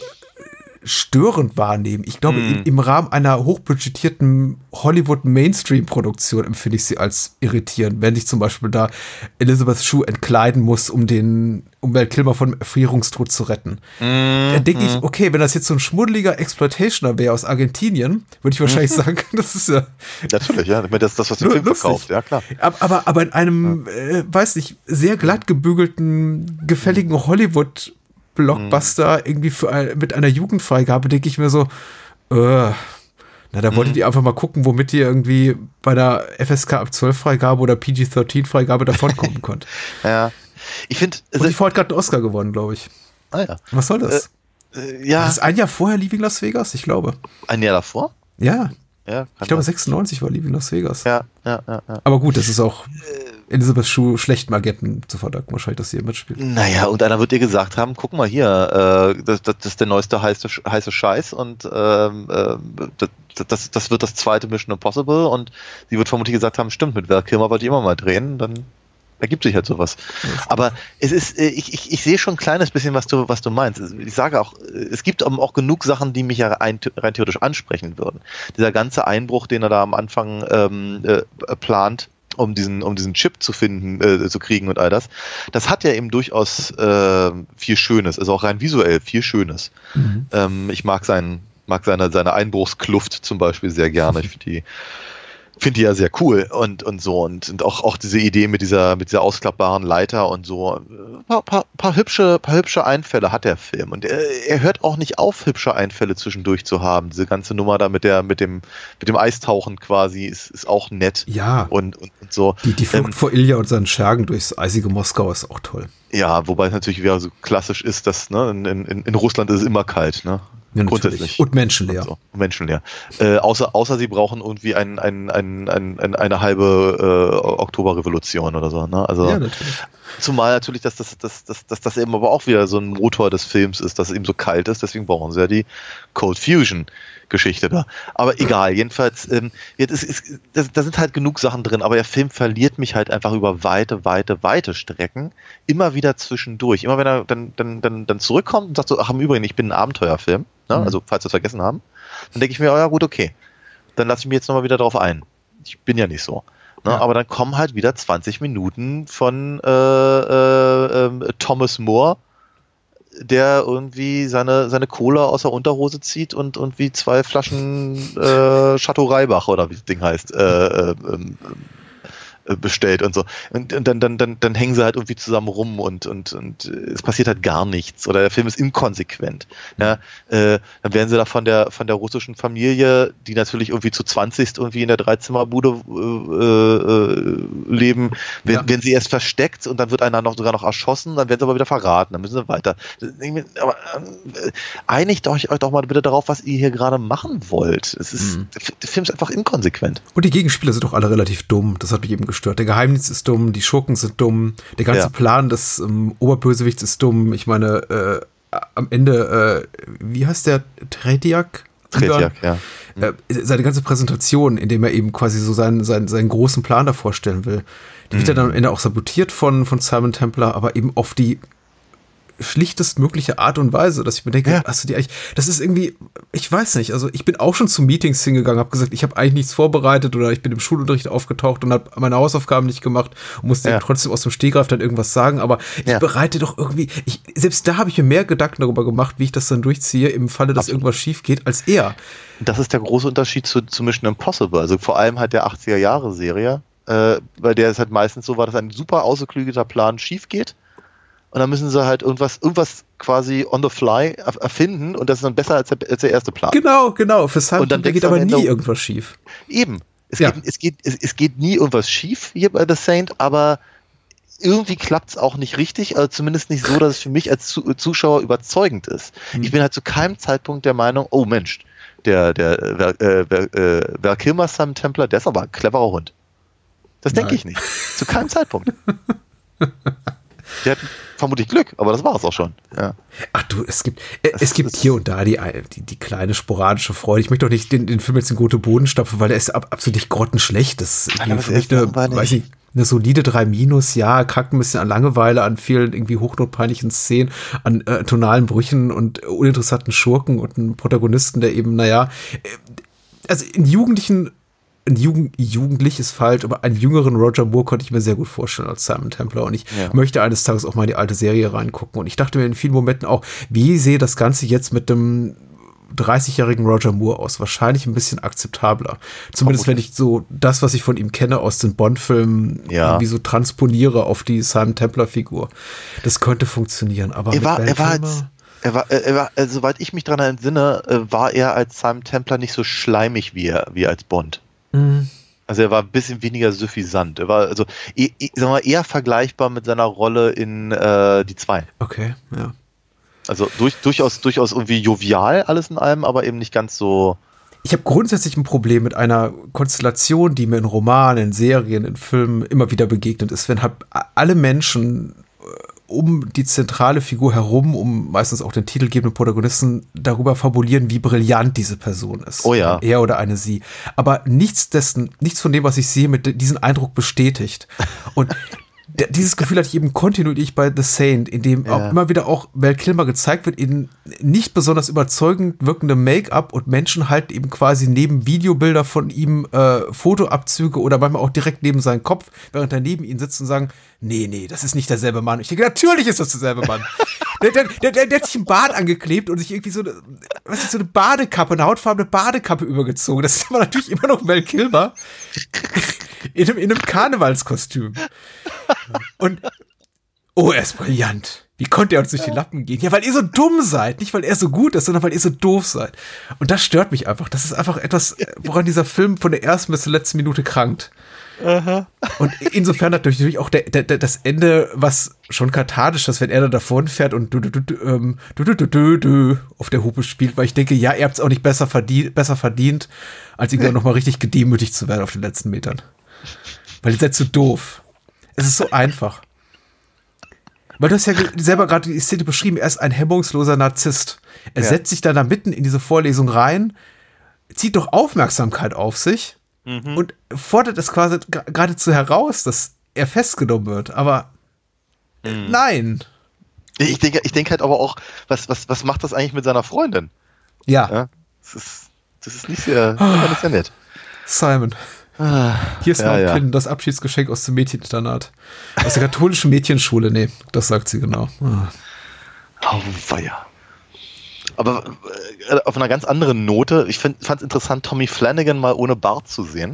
störend wahrnehmen. Ich glaube, mm. im, im Rahmen einer hochbudgetierten Hollywood-Mainstream-Produktion empfinde ich sie als irritierend, wenn ich zum Beispiel da Elizabeth Shue entkleiden muss, um den, um Val Kilmer vom Erfrierungstod zu retten. Mm. Da denke mm. ich, okay, wenn das jetzt so ein schmuddeliger Exploitationer wäre aus Argentinien, würde ich wahrscheinlich mm. sagen, das ist ja natürlich, ja, das ist das, was den Film verkauft, ja klar. Aber, aber, aber in einem, ja. äh, weiß nicht, sehr glatt gebügelten, gefälligen mm. Hollywood- Blockbuster irgendwie für, mit einer Jugendfreigabe, denke ich mir so, äh, na, da wolltet mhm. ihr einfach mal gucken, womit ihr irgendwie bei der F S K ab zwölf Freigabe oder P G dreizehn Freigabe davonkommen könnt. Ja, ich finde... Und die Frau hat gerade einen Oscar gewonnen, glaube ich. Ah ja. Was soll das? Äh, äh, ja. Das ist ein Jahr vorher Leaving Las Vegas, ich glaube. Ein Jahr davor? Ja. ja ich glaube, sechsundneunzig war Leaving Las Vegas. Ja, ja, ja. ja. Aber gut, das ist auch Elizabeth Shue schlechten Agenten zu verdanken, wahrscheinlich, dass sie hier mitspielt. Naja, und einer wird ihr gesagt haben, guck mal hier, äh, das, das ist der neueste heiße, heiße Scheiß und ähm, äh, das, das, das wird das zweite Mission Impossible und sie wird vermutlich gesagt haben, stimmt, mit Val Kilmer wollte ich immer mal drehen, dann ergibt sich halt sowas. Aber es ist, ich, ich, ich sehe schon ein kleines bisschen, was du, was du meinst. Ich sage auch, es gibt auch genug Sachen, die mich ja rein, rein theoretisch ansprechen würden. Dieser ganze Einbruch, den er da am Anfang ähm, äh, plant, um diesen, um diesen Chip zu finden, äh, zu kriegen und all das, das hat ja eben durchaus äh, viel Schönes, also auch rein visuell viel Schönes. Mhm. Ähm, ich mag seinen, mag seine, seine Einbruchskluft zum Beispiel sehr gerne. Ich finde die Finde die ja sehr cool und, und so und, und auch, auch diese Idee mit dieser, mit dieser ausklappbaren Leiter und so. Ein paar, paar, paar, hübsche, paar hübsche Einfälle hat der Film und er, er hört auch nicht auf, hübsche Einfälle zwischendurch zu haben. Diese ganze Nummer da mit der, mit dem, mit dem Eistauchen quasi ist, ist auch nett. Ja. Und, und, und so. Die, die Flucht ähm, vor Ilja und seinen Schergen durchs eisige Moskau ist auch toll. Ja, wobei es natürlich wieder so klassisch ist, dass, ne, in, in, in Russland ist es immer kalt, ne? Ja, grundsätzlich. Und menschenleer. Und so. Menschenleer. Äh, außer, außer sie brauchen irgendwie ein, ein, ein, ein, ein, eine halbe äh, Oktoberrevolution oder so. Ne? Also, ja, natürlich. Zumal natürlich, dass das, dass, dass, dass das eben aber auch wieder so ein Motor des Films ist, dass es eben so kalt ist, deswegen brauchen sie ja die Cold Fusion Geschichte da. Aber egal, jedenfalls, ähm, jetzt ist, ist, da, da sind halt genug Sachen drin, aber der Film verliert mich halt einfach über weite, weite, weite Strecken, immer wieder zwischendurch. Immer wenn er dann, dann, dann, dann zurückkommt und sagt so, ach im Übrigen, ich bin ein Abenteuerfilm, ne? Mhm. Also falls wir es vergessen haben, dann denke ich mir, oh ja gut, okay, dann lasse ich mich jetzt nochmal wieder drauf ein. Ich bin ja nicht so. Ne? Ja. Aber dann kommen halt wieder zwanzig Minuten von äh, äh, äh, Thomas More, der irgendwie seine, seine Cola aus der Unterhose zieht und, und wie zwei Flaschen äh, Chateau Reibach oder wie das Ding heißt, äh, äh, bestellt und so. Und, und dann, dann, dann, dann hängen sie halt irgendwie zusammen rum und, und, und es passiert halt gar nichts. Oder der Film ist inkonsequent. Ja, äh, dann werden sie da von der, von der russischen Familie, die natürlich irgendwie zu zwanzig irgendwie in der Dreizimmerbude äh, äh, leben, werden, ja. werden sie erst versteckt und dann wird einer noch sogar noch erschossen, dann werden sie aber wieder verraten, dann müssen sie weiter. Aber äh, einigt euch, euch doch mal bitte darauf, was ihr hier gerade machen wollt. Es ist, mhm. der, der Film ist einfach inkonsequent. Und die Gegenspieler sind doch alle relativ dumm. Das hat mich eben gestört. Der Geheimdienst ist dumm, die Schurken sind dumm, der ganze ja. Plan des ähm, Oberbösewichts ist dumm. Ich meine, äh, am Ende, äh, wie heißt der? Tretiak? Tretiak, ja. Äh, seine ganze Präsentation, in dem er eben quasi so seinen, seinen, seinen großen Plan da vorstellen will, die wird mhm. dann am Ende auch sabotiert von, von Simon Templar, aber eben auf die schlichtest mögliche Art und Weise, dass ich mir denke, ja. hast du die eigentlich, das ist irgendwie, ich weiß nicht, also ich bin auch schon zu Meetings hingegangen, habe gesagt, ich habe eigentlich nichts vorbereitet oder ich bin im Schulunterricht aufgetaucht und habe meine Hausaufgaben nicht gemacht und musste ja. trotzdem aus dem Stegreif dann irgendwas sagen, aber ich ja. bereite doch irgendwie, ich, selbst da habe ich mir mehr Gedanken darüber gemacht, wie ich das dann durchziehe, im Falle, dass Absolut. irgendwas schief geht, als er. Das ist der große Unterschied zu, zu Mission Impossible, also vor allem halt der achtziger-Jahre-Serie, äh, bei der es halt meistens so war, dass ein super ausgeklügelter Plan schief geht. Und dann müssen sie halt irgendwas, irgendwas quasi on the fly erfinden und das ist dann besser als der, als der erste Plan. Genau, genau. Für Simon Templar geht aber nie irgendwas schief. Eben. Es, ja. geht, es, geht, es, es geht nie irgendwas schief hier bei The Saint, aber irgendwie klappt es auch nicht richtig, also zumindest nicht so, dass es für mich als Zuschauer überzeugend ist. Mhm. Ich bin halt zu keinem Zeitpunkt der Meinung, oh Mensch, der, der äh, äh, Val Kilmer Simon Templar, der ist aber ein cleverer Hund. Das denke ich nicht. Zu keinem Zeitpunkt. Der hat vermutlich Glück, aber das war es auch schon. Ja. Ach du, es gibt, äh, es gibt hier und da die, die, die kleine sporadische Freude. Ich möchte doch nicht den, den Film jetzt in gute Boden stapfen, weil der ist ab, absolut nicht grottenschlecht. Das ist für mich eine, weiß ich, eine solide drei Minus, ja, kackt ein bisschen an Langeweile, an vielen irgendwie hochnotpeinlichen Szenen, an äh, tonalen Brüchen und uninteressanten Schurken und einen Protagonisten, der eben, naja, äh, also in Jugendlichen Ein Jugend, Jugendlich ist falsch, aber einen jüngeren Roger Moore konnte ich mir sehr gut vorstellen als Simon Templar und ich ja. möchte eines Tages auch mal in die alte Serie reingucken und ich dachte mir in vielen Momenten auch, wie sehe das Ganze jetzt mit dem dreißigjährigen Roger Moore aus? Wahrscheinlich ein bisschen akzeptabler. Zumindest wenn ich so das, was ich von ihm kenne aus den Bond-Filmen ja. irgendwie so transponiere auf die Simon Templar-Figur. Das könnte funktionieren, aber er mit war, er war Filmer, als Er war, er war, äh, soweit ich mich daran entsinne, äh, war er als Simon Templar nicht so schleimig wie er, wie als Bond. Mhm. Also er war ein bisschen weniger suffisant. Er war also e, e, sagen wir, eher vergleichbar mit seiner Rolle in äh, Die zwei. Okay, ja. Also durch, durchaus, durchaus irgendwie jovial alles in allem, aber eben nicht ganz so. Ich habe grundsätzlich ein Problem mit einer Konstellation, die mir in Romanen, in Serien, in Filmen immer wieder begegnet ist, wenn halt alle Menschen um die zentrale Figur herum, um meistens auch den titelgebenden Protagonisten, darüber fabulieren, wie brillant diese Person ist. Oh ja. Er oder eine sie. Aber nichts dessen, nichts von dem, was ich sehe, mit diesem Eindruck bestätigt. Und d- dieses Gefühl hatte ich eben kontinuierlich bei The Saint, in dem ja. auch immer wieder auch Val Kilmer gezeigt wird, in nicht besonders überzeugend wirkendem Make-up und Menschen halten eben quasi neben Videobilder von ihm äh, Fotoabzüge oder manchmal auch direkt neben seinen Kopf, während er neben ihm sitzt und sagen, nee, nee, das ist nicht derselbe Mann. Ich denke, natürlich ist das derselbe Mann. der, der, der, der, der hat sich einen Bart angeklebt und sich irgendwie so eine, was ist, so eine Badekappe, eine hautfarbene Badekappe übergezogen. Das ist aber natürlich immer noch Val Kilmer in einem, in einem Karnevalskostüm. Und, oh, er ist brillant. Wie konnte er uns durch die Lappen gehen? Ja, weil ihr so dumm seid. Nicht, weil er so gut ist, sondern weil ihr so doof seid. Und das stört mich einfach. Das ist einfach etwas, woran dieser Film von der ersten bis zur letzten Minute krankt. Aha. Und insofern natürlich auch der, der, das Ende, was schon kathartisch ist, wenn er da davon fährt und du, du, du, ähm, du, du, du, du, du auf der Hupe spielt, weil ich denke, ja, ihr habt es auch nicht besser verdient, besser verdient, als irgendwie noch mal richtig gedemütigt zu werden auf den letzten Metern. Weil ihr seid so doof. Es ist so einfach. Weil du hast ja selber gerade die Szene beschrieben, er ist ein hemmungsloser Narzisst. Er ja. setzt sich dann da mitten in diese Vorlesung rein, zieht doch Aufmerksamkeit auf sich mhm. und fordert es quasi geradezu heraus, dass er festgenommen wird. Aber mhm. nein. Ich denke ich denke halt aber auch, was, was, was macht das eigentlich mit seiner Freundin? Ja. ja das, ist, das ist nicht sehr, das ist ja nett. Simon. Hier ist ja, mein ja. Pin, das Abschiedsgeschenk aus dem Mädcheninternat. Aus der katholischen Mädchenschule, nee, das sagt sie genau. Ah. Oh, weia. Aber äh, auf einer ganz anderen Note, ich fand es interessant, Tommy Flanagan mal ohne Bart zu sehen.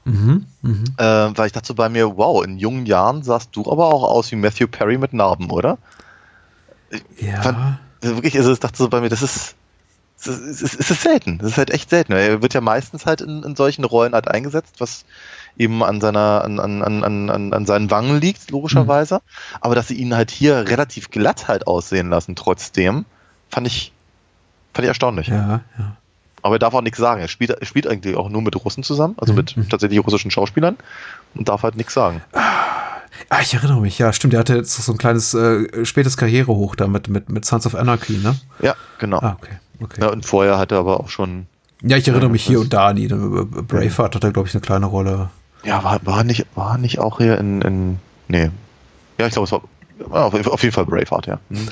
Mhm, mh. äh, weil ich dachte so bei mir, wow, in jungen Jahren sahst du aber auch aus wie Matthew Perry mit Narben, oder? Ich ja. Fand, wirklich, also ich dachte so bei mir, das ist, das ist, das ist selten. Das ist halt echt selten. Er wird ja meistens halt in, in solchen Rollen halt eingesetzt, was eben an seiner, an, an, an, an, an seinen Wangen liegt, logischerweise. Mhm. Aber dass sie ihn halt hier relativ glatt halt aussehen lassen, trotzdem, fand ich, fand ich erstaunlich. Ja, ja. Aber er darf auch nichts sagen. Er spielt, er spielt eigentlich auch nur mit Russen zusammen, also mhm. mit tatsächlich russischen Schauspielern und darf halt nichts sagen. Ah, ich erinnere mich, ja, stimmt. Der hatte jetzt so ein kleines, äh, spätes Karrierehoch da mit, mit, mit Sons of Anarchy, ne? Ja, genau. Ah, okay. okay. Ja, und vorher hat er aber auch schon. Ja, ich erinnere mich hier und da an ihn. Braveheart hat er, glaube ich, eine kleine Rolle. Ja, war, war, nicht, war nicht auch hier in, in. Nee. Ja, ich glaube, es war. Auf, auf jeden Fall Braveheart, ja. Hm.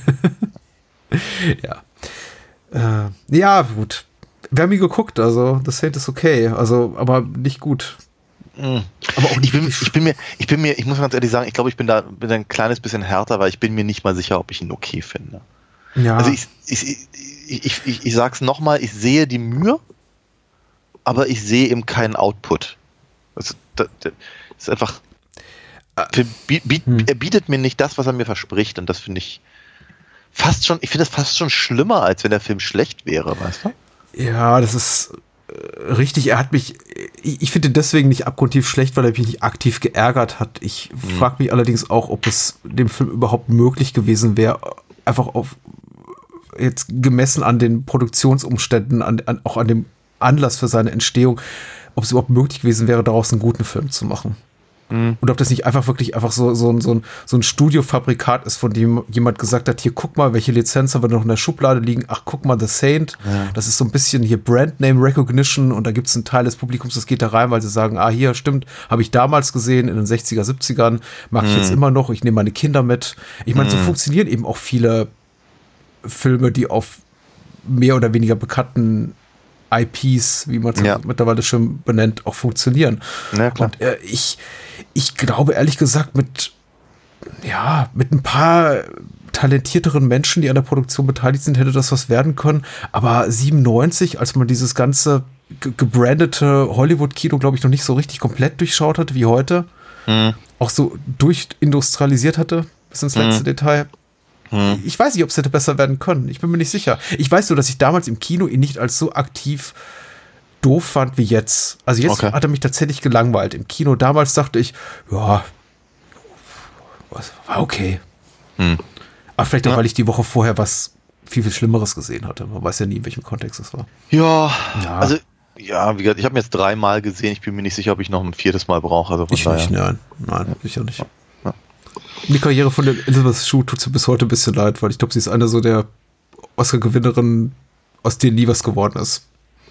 ja. Äh, ja, gut. Wir haben ihn geguckt, also The Saint ist okay, also, aber nicht gut. Mhm. Aber auch ich, bin, ich bin mir, ich bin mir, ich muss ganz ehrlich sagen, ich glaube, ich bin da, bin da ein kleines bisschen härter, weil ich bin mir nicht mal sicher, ob ich ihn okay finde. Ja. Also ich, ich, ich, ich, ich, ich sag's nochmal, ich sehe die Mühe, aber ich sehe eben keinen Output. Also, das, das ist einfach, für, biet, hm. er bietet mir nicht das, was er mir verspricht, und das finde ich fast schon, ich finde das fast schon schlimmer, als wenn der Film schlecht wäre, weißt du? Ja, das ist äh, richtig. Er hat mich, ich, ich finde deswegen nicht abgrundtief schlecht, weil er mich nicht aktiv geärgert hat. Ich mhm. frage mich allerdings auch, ob es dem Film überhaupt möglich gewesen wäre, einfach auf jetzt gemessen an den Produktionsumständen, an, an, auch an dem Anlass für seine Entstehung, ob es überhaupt möglich gewesen wäre, daraus einen guten Film zu machen. Mhm. Und ob das nicht einfach wirklich einfach so, so, so, ein, so ein Studiofabrikat ist, von dem jemand gesagt hat, hier, guck mal, welche Lizenz haben wir noch in der Schublade liegen, ach, guck mal, The Saint, ja. Das ist so ein bisschen hier Brandname Recognition, und da gibt es einen Teil des Publikums, das geht da rein, weil sie sagen, ah, hier, stimmt, habe ich damals gesehen, in den sechziger, siebzigern, mag ich mhm. jetzt immer noch, ich nehme meine Kinder mit. Ich meine, mhm. so funktionieren eben auch viele Filme, die auf mehr oder weniger bekannten I Ps, wie man es ja. mittlerweile schon benennt, auch funktionieren. Ja, klar. Und äh, ich, ich glaube ehrlich gesagt, mit, ja, mit ein paar talentierteren Menschen, die an der Produktion beteiligt sind, hätte das was werden können. Aber siebenundneunzig, als man dieses ganze ge- gebrandete Hollywood-Kino, glaube ich, noch nicht so richtig komplett durchschaut hatte wie heute, mhm. auch so durchindustrialisiert hatte, bis ins letzte mhm. Detail. Hm. Ich weiß nicht, ob es hätte besser werden können. Ich bin mir nicht sicher. Ich weiß nur, dass ich damals im Kino ihn nicht als so aktiv doof fand wie jetzt. Also jetzt okay. hat er mich tatsächlich gelangweilt. Im Kino damals dachte ich, ja, war okay. Hm. Aber vielleicht auch, ja. weil ich die Woche vorher was viel, viel Schlimmeres gesehen hatte. Man weiß ja nie, in welchem Kontext es war. Ja, ja. also ja, wie gesagt, ich habe ihn jetzt dreimal gesehen. Ich bin mir nicht sicher, ob ich noch ein viertes Mal brauche. Also ich nicht, nein. Nein, sicher nicht. Die Karriere von der Elizabeth Shue tut mir bis heute ein bisschen leid, weil ich glaube, sie ist eine so der Oscar-Gewinnerinnen, aus denen nie was geworden ist.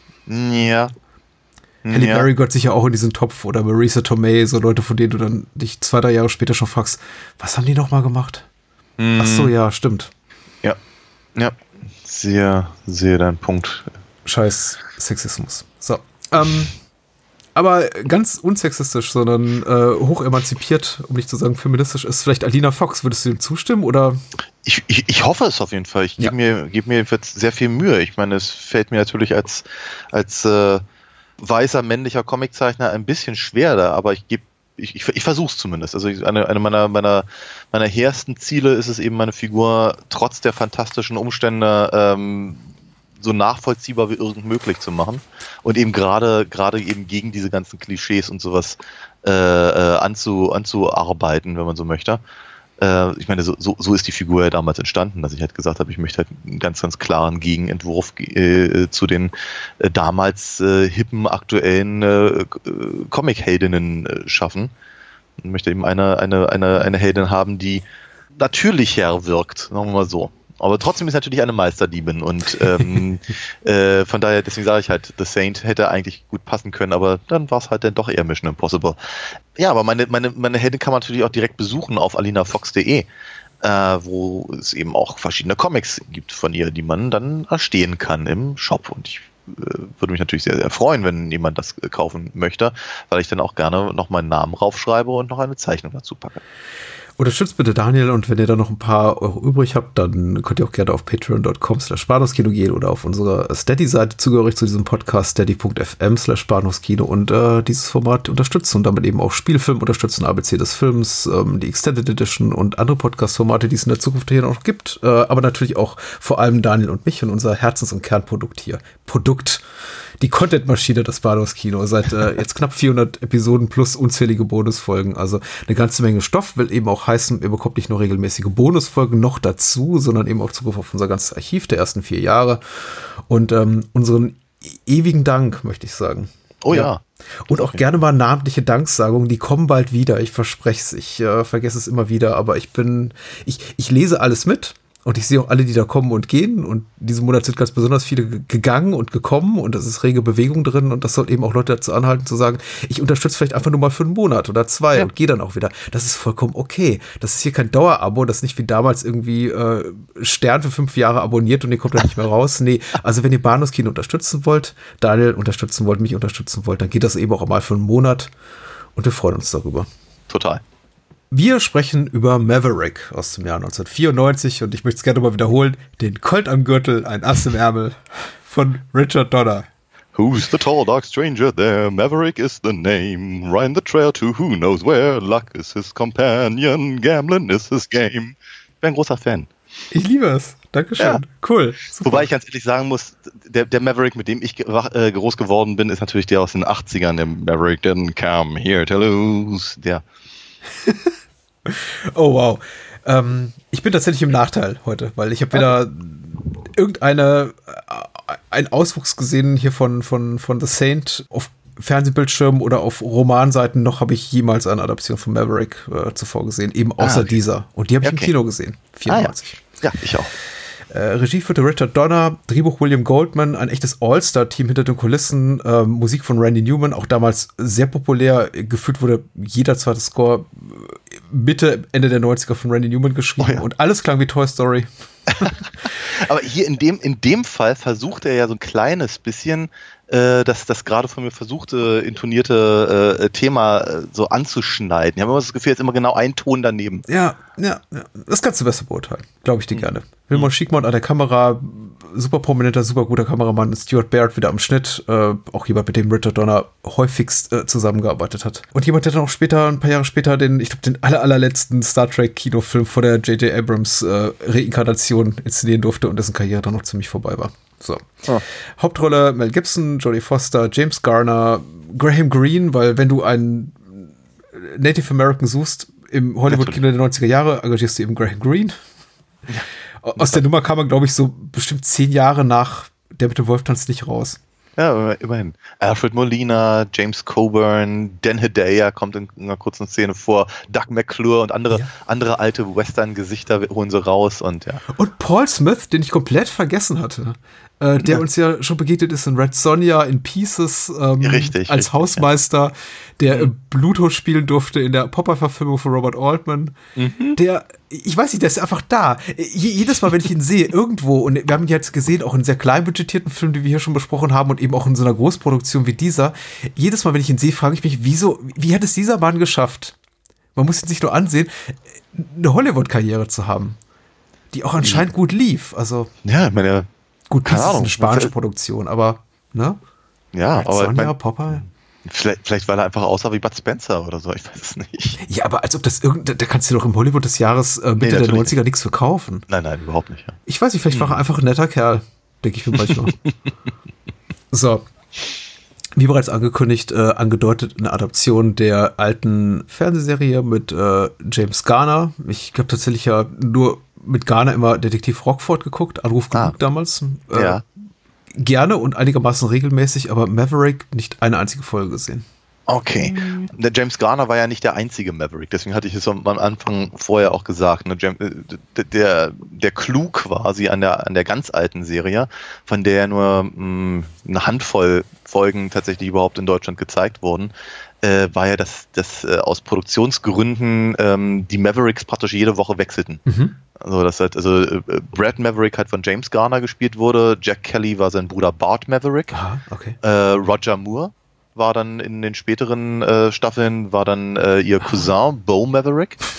Ja. Halle ja. Berry gehört sicher auch in diesen Topf, oder Marisa Tomei, so Leute, von denen du dann dich zwei, drei Jahre später schon fragst, was haben die nochmal gemacht? Mm. Ach so, ja, stimmt. Ja. Ja. Sehr, sehr dein Punkt. Scheiß Sexismus. So. Ähm. Aber ganz unsexistisch, sondern äh, hoch emanzipiert, um nicht zu sagen feministisch, ist vielleicht Alina Fox. Würdest du dem zustimmen, oder? Ich, ich, ich hoffe es auf jeden Fall. Ich ja. gebe mir, geb mir sehr viel Mühe. Ich meine, es fällt mir natürlich als, als äh, weißer männlicher Comiczeichner ein bisschen schwer da, aber ich gebe ich, ich, ich versuche es zumindest. Also ich, eine, eine meiner, meiner, meiner hehrsten Ziele ist es eben, meine Figur trotz der fantastischen Umstände ähm, so nachvollziehbar wie irgend möglich zu machen und eben gerade gerade eben gegen diese ganzen Klischees und sowas äh, äh, anzu, anzuarbeiten, wenn man so möchte. Äh, ich meine, so, so, so ist die Figur ja damals entstanden, dass ich halt gesagt habe, ich möchte halt einen ganz, ganz klaren Gegenentwurf äh, zu den äh, damals äh, hippen, aktuellen äh, Comic-Heldinnen äh, schaffen. Ich möchte eben eine, eine, eine, eine Heldin haben, die natürlicher wirkt, sagen wir mal so. Aber trotzdem ist natürlich eine Meisterdiebin und ähm, äh, von daher, deswegen sage ich halt, The Saint hätte eigentlich gut passen können, aber dann war es halt dann doch eher Mission Impossible. Ja, aber meine, meine, meine Heldin kann man natürlich auch direkt besuchen auf alina fox punkt de, äh, wo es eben auch verschiedene Comics gibt von ihr, die man dann erstehen kann im Shop. Und ich äh, würde mich natürlich sehr, sehr freuen, wenn jemand das kaufen möchte, weil ich dann auch gerne noch meinen Namen raufschreibe und noch eine Zeichnung dazu packe. Unterstützt bitte Daniel und wenn ihr da noch ein paar Euro übrig habt, dann könnt ihr auch gerne auf patreon.com slash Bahnhofskino gehen oder auf unserer Steady-Seite zugehörig zu diesem Podcast steady.fm slash Bahnhofskino und äh, dieses Format unterstützen und damit eben auch Spielfilm unterstützen, A B C des Films, ähm, die Extended Edition und andere Podcast-Formate, die es in der Zukunft hier noch gibt, äh, aber natürlich auch vor allem Daniel und mich und unser Herzens- und Kernprodukt hier. Produkt. Die Content-Maschine des Bahnhofskino. Seit äh, jetzt knapp vierhundert Episoden plus unzählige Bonusfolgen. Also eine ganze Menge Stoff, will eben auch heißen, ihr bekommt nicht nur regelmäßige Bonusfolgen noch dazu, sondern eben auch Zugriff auf unser ganzes Archiv der ersten vier Jahre. Und ähm, unseren ewigen Dank, möchte ich sagen. Oh ja. ja. Und auch gerne mal namentliche Danksagungen, die kommen bald wieder. Ich verspreche es, ich äh, vergesse es immer wieder, aber ich bin, ich, ich lese alles mit. Und ich sehe auch alle, die da kommen und gehen. Und diesen Monat sind ganz besonders viele gegangen und gekommen. Und es ist rege Bewegung drin. Und das soll eben auch Leute dazu anhalten, zu sagen, ich unterstütze vielleicht einfach nur mal für einen Monat oder zwei ja. und gehe dann auch wieder. Das ist vollkommen okay. Das ist hier kein Dauerabo. Das ist nicht wie damals irgendwie äh, Stern für fünf Jahre abonniert und ihr kommt da nicht mehr raus. Nee, also wenn ihr Bahnhofskino unterstützen wollt, Daniel unterstützen wollt, mich unterstützen wollt, dann geht das eben auch mal für einen Monat. Und wir freuen uns darüber. Total. Wir sprechen über Maverick aus dem Jahr neunzehnhundertvierundneunzig und ich möchte es gerne mal wiederholen, den Colt am Gürtel, ein Ass im Ärmel von Richard Donner. Who's the tall dark stranger there? Maverick is the name. Riding the trail to who knows where. Luck is his companion. Gambling is his game. Ich bin ein großer Fan. Ich liebe es. Dankeschön. Ja. Cool. Super. Wobei ich ganz ehrlich sagen muss, der, der Maverick, mit dem ich ge- äh, groß geworden bin, ist natürlich der aus den achtzigern. Der Maverick didn't come here to lose. Der oh, wow. Ähm, ich bin tatsächlich im Nachteil heute, weil ich habe weder irgendeine äh, einen Auswuchs gesehen hier von, von, von The Saint auf Fernsehbildschirmen oder auf Romanseiten, noch habe ich jemals eine Adaption von Maverick äh, zuvor gesehen, eben außer ah, okay. dieser. Und die habe ich okay. im Kino gesehen, vierundneunzig. Ah, ja. ja, ich auch. Äh, Regie führte Richard Donner, Drehbuch William Goldman, ein echtes All-Star-Team hinter den Kulissen, äh, Musik von Randy Newman, auch damals sehr populär. Gefühlt wurde jeder zweite Score Mitte, Ende der neunziger von Randy Newman geschrieben oh ja. und alles klang wie Toy Story. Aber hier in dem, in dem Fall versucht er ja so ein kleines bisschen äh, das, das gerade von mir versuchte, intonierte äh, Thema äh, so anzuschneiden. Ich habe immer das Gefühl, jetzt immer genau ein Ton daneben. Ja, ja, ja. Das kannst du besser beurteilen. Glaube ich dir mhm. gerne. Wilmot Schickmont an der Kamera, super prominenter, super guter Kameramann, Stuart Baird wieder am Schnitt, äh, auch jemand, mit dem Richard Donner häufigst äh, zusammengearbeitet hat. Und jemand, der dann auch später, ein paar Jahre später, den, ich glaube, den aller, allerletzten Star Trek-Kinofilm vor der J J Abrams äh, Reinkarnation inszenieren durfte und dessen Karriere dann noch ziemlich vorbei war. So. Oh. Hauptrolle Mel Gibson, Jodie Foster, James Garner, Graham Greene, weil wenn du einen Native American suchst im Hollywood-Kino der neunziger Jahre, engagierst du eben Graham Greene. Ja. Aus der Nummer kam man, glaube ich, so bestimmt zehn Jahre nach Der mit dem Wolf tanzt nicht raus. Ja, immerhin. Alfred Molina, James Coburn, Dan Hedaya kommt in einer kurzen Szene vor, Doug McClure und andere, ja. andere alte Western-Gesichter holen sie raus. Und, ja. und Paul Smith, den ich komplett vergessen hatte, äh, der ja. uns ja schon begegnet ist in Red Sonja, in Pieces, ähm, richtig, als richtig, Hausmeister, ja. der mhm. Pluto spielen durfte in der Popeye-Verfilmung von Robert Altman. Mhm. Der, ich weiß nicht, der ist einfach da. Je, jedes Mal, wenn ich ihn sehe, irgendwo, und wir haben ihn jetzt gesehen, auch in sehr klein budgetierten Filmen, die wir hier schon besprochen haben, und eben auch in so einer Großproduktion wie dieser, jedes Mal, wenn ich ihn sehe, frage ich mich, wieso, wie hat es dieser Mann geschafft? Man muss ihn sich nur ansehen, eine Hollywood-Karriere zu haben, die auch anscheinend gut lief. Also, ja, ich meine, gut, das ist eine spanische Produktion, aber, ne? Ja, Red aber Sonja, ich mein, Popeye. Vielleicht, vielleicht, weil er einfach aussah wie Bud Spencer oder so, ich weiß es nicht. Ja, aber als ob das irgendein, da kannst du doch im Hollywood des Jahres äh, Mitte nee, der neunziger nichts verkaufen. Nein, nein, überhaupt nicht. Ja. Ich weiß nicht, vielleicht hm. war er einfach ein netter Kerl, denke ich mir manchmal. So. Wie bereits angekündigt, äh, angedeutet, eine Adaption der alten Fernsehserie mit äh, James Garner. Ich habe tatsächlich ja nur mit Garner immer Detektiv Rockford geguckt, Anruf genug ah. damals. Äh, ja. Gerne und einigermaßen regelmäßig, aber Maverick nicht eine einzige Folge gesehen. Okay. Der James Garner war ja nicht der einzige Maverick, deswegen hatte ich es am Anfang vorher auch gesagt. Ne? Der, der Clou quasi an der, an der ganz alten Serie, von der nur mh, eine Handvoll Folgen tatsächlich überhaupt in Deutschland gezeigt wurden, äh, war ja, dass, dass äh, aus Produktionsgründen ähm, die Mavericks praktisch jede Woche wechselten. Mhm. Also, dass halt, also äh, Brad Maverick halt von James Garner gespielt wurde, Jack Kelly war sein Bruder Bart Maverick, Aha, okay. äh, Roger Moore war dann in den späteren äh, Staffeln, war dann äh, ihr Cousin Bo Maverick.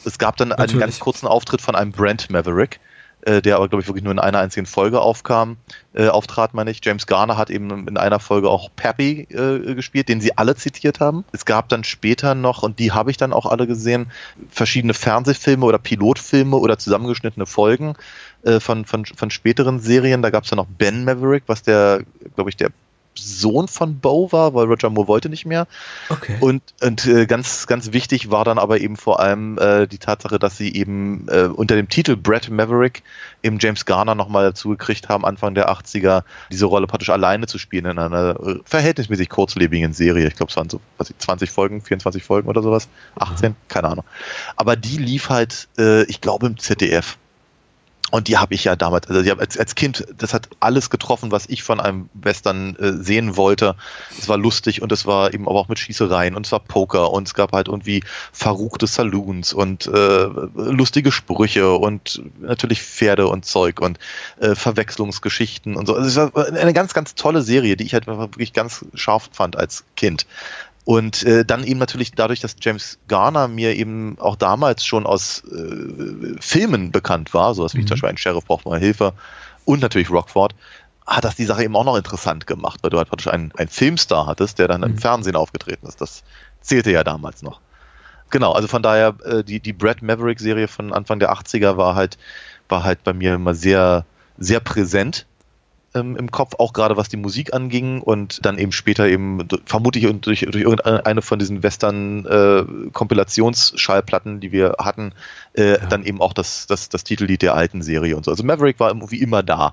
Es gab dann Natürlich. einen ganz kurzen Auftritt von einem Brent Maverick, äh, der aber, glaube ich, wirklich nur in einer einzigen Folge aufkam, äh, auftrat, meine ich. James Garner hat eben in einer Folge auch Pappy äh, gespielt, den sie alle zitiert haben. Es gab dann später noch, und die habe ich dann auch alle gesehen, verschiedene Fernsehfilme oder Pilotfilme oder zusammengeschnittene Folgen äh, von, von, von späteren Serien. Da gab es dann noch Ben Maverick, was der, glaube ich, der Sohn von Bo war, weil Roger Moore wollte nicht mehr. Okay. Und, und äh, ganz, ganz wichtig war dann aber eben vor allem äh, die Tatsache, dass sie eben äh, unter dem Titel Brett Maverick eben James Garner nochmal dazu gekriegt haben, Anfang der achtziger diese Rolle praktisch alleine zu spielen in einer äh, verhältnismäßig kurzlebigen Serie. Ich glaube, es waren so was ich, zwanzig Folgen, vierundzwanzig Folgen oder sowas. achtzehn, mhm. keine Ahnung. Aber die lief halt, äh, ich glaube, im Z D F. Und die habe ich ja damals, also die hab als, als Kind, das hat alles getroffen, was ich von einem Western äh, sehen wollte. Es war lustig und es war eben aber auch mit Schießereien und es war Poker und es gab halt irgendwie verruchte Saloons und äh, lustige Sprüche und natürlich Pferde und Zeug und äh, Verwechslungsgeschichten und so. Also es war eine ganz, ganz tolle Serie, die ich halt wirklich ganz scharf fand als Kind. Und äh, dann eben natürlich dadurch, dass James Garner mir eben auch damals schon aus äh, Filmen bekannt war, sowas wie mhm. zum Beispiel ein Sheriff braucht mal Hilfe und natürlich Rockford, hat das die Sache eben auch noch interessant gemacht, weil du halt praktisch einen, einen Filmstar hattest, der dann mhm. im Fernsehen aufgetreten ist. Das zählte ja damals noch. Genau, also von daher, äh, die, die Brett Maverick-Serie von Anfang der achtziger war halt, war halt bei mir immer sehr, sehr präsent im Kopf, auch gerade was die Musik anging und dann eben später eben vermutlich durch, durch irgendeine von diesen Western-Kompilationsschallplatten, äh, die wir hatten, äh, ja. dann eben auch das, das, das Titellied der alten Serie und so. Also Maverick war wie immer da.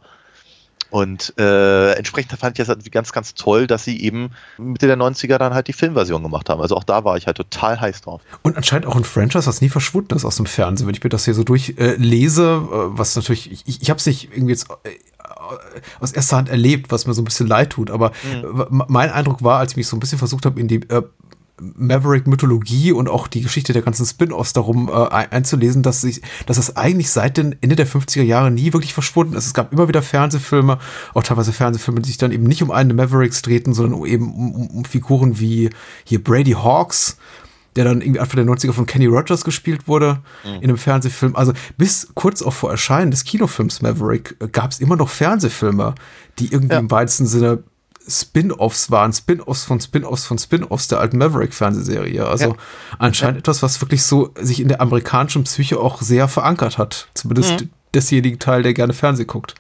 Und äh, entsprechend fand ich das halt ganz, ganz toll, dass sie eben Mitte der neunziger dann halt die Filmversion gemacht haben. Also auch da war ich halt total heiß drauf. Und anscheinend auch ein Franchise, was nie verschwunden ist aus dem Fernsehen, wenn ich mir das hier so durchlese, äh, was natürlich, ich, ich habe es nicht irgendwie jetzt äh, aus erster Hand erlebt, was mir so ein bisschen leid tut, aber mhm. mein Eindruck war, als ich mich so ein bisschen versucht habe, in die äh, Maverick-Mythologie und auch die Geschichte der ganzen Spin-Offs darum äh, einzulesen, dass sich, dass es eigentlich seit den Ende der fünfziger Jahre nie wirklich verschwunden ist. Es gab immer wieder Fernsehfilme, auch teilweise Fernsehfilme, die sich dann eben nicht um eine Mavericks drehten, sondern eben um, um, um Figuren wie hier Brady Hawks, der dann irgendwie Anfang der neunziger von Kenny Rogers gespielt wurde, mhm. in einem Fernsehfilm. Also bis kurz auch vor Erscheinen des Kinofilms Maverick äh, gab es immer noch Fernsehfilme, die irgendwie ja. im weitesten Sinne Spin-Offs waren, Spin-Offs von Spin-Offs von Spin-Offs der alten Maverick-Fernsehserie. Also ja. anscheinend ja. etwas, was wirklich so sich in der amerikanischen Psyche auch sehr verankert hat. Zumindest mhm. desjenigen Teil, der gerne Fernsehen guckt.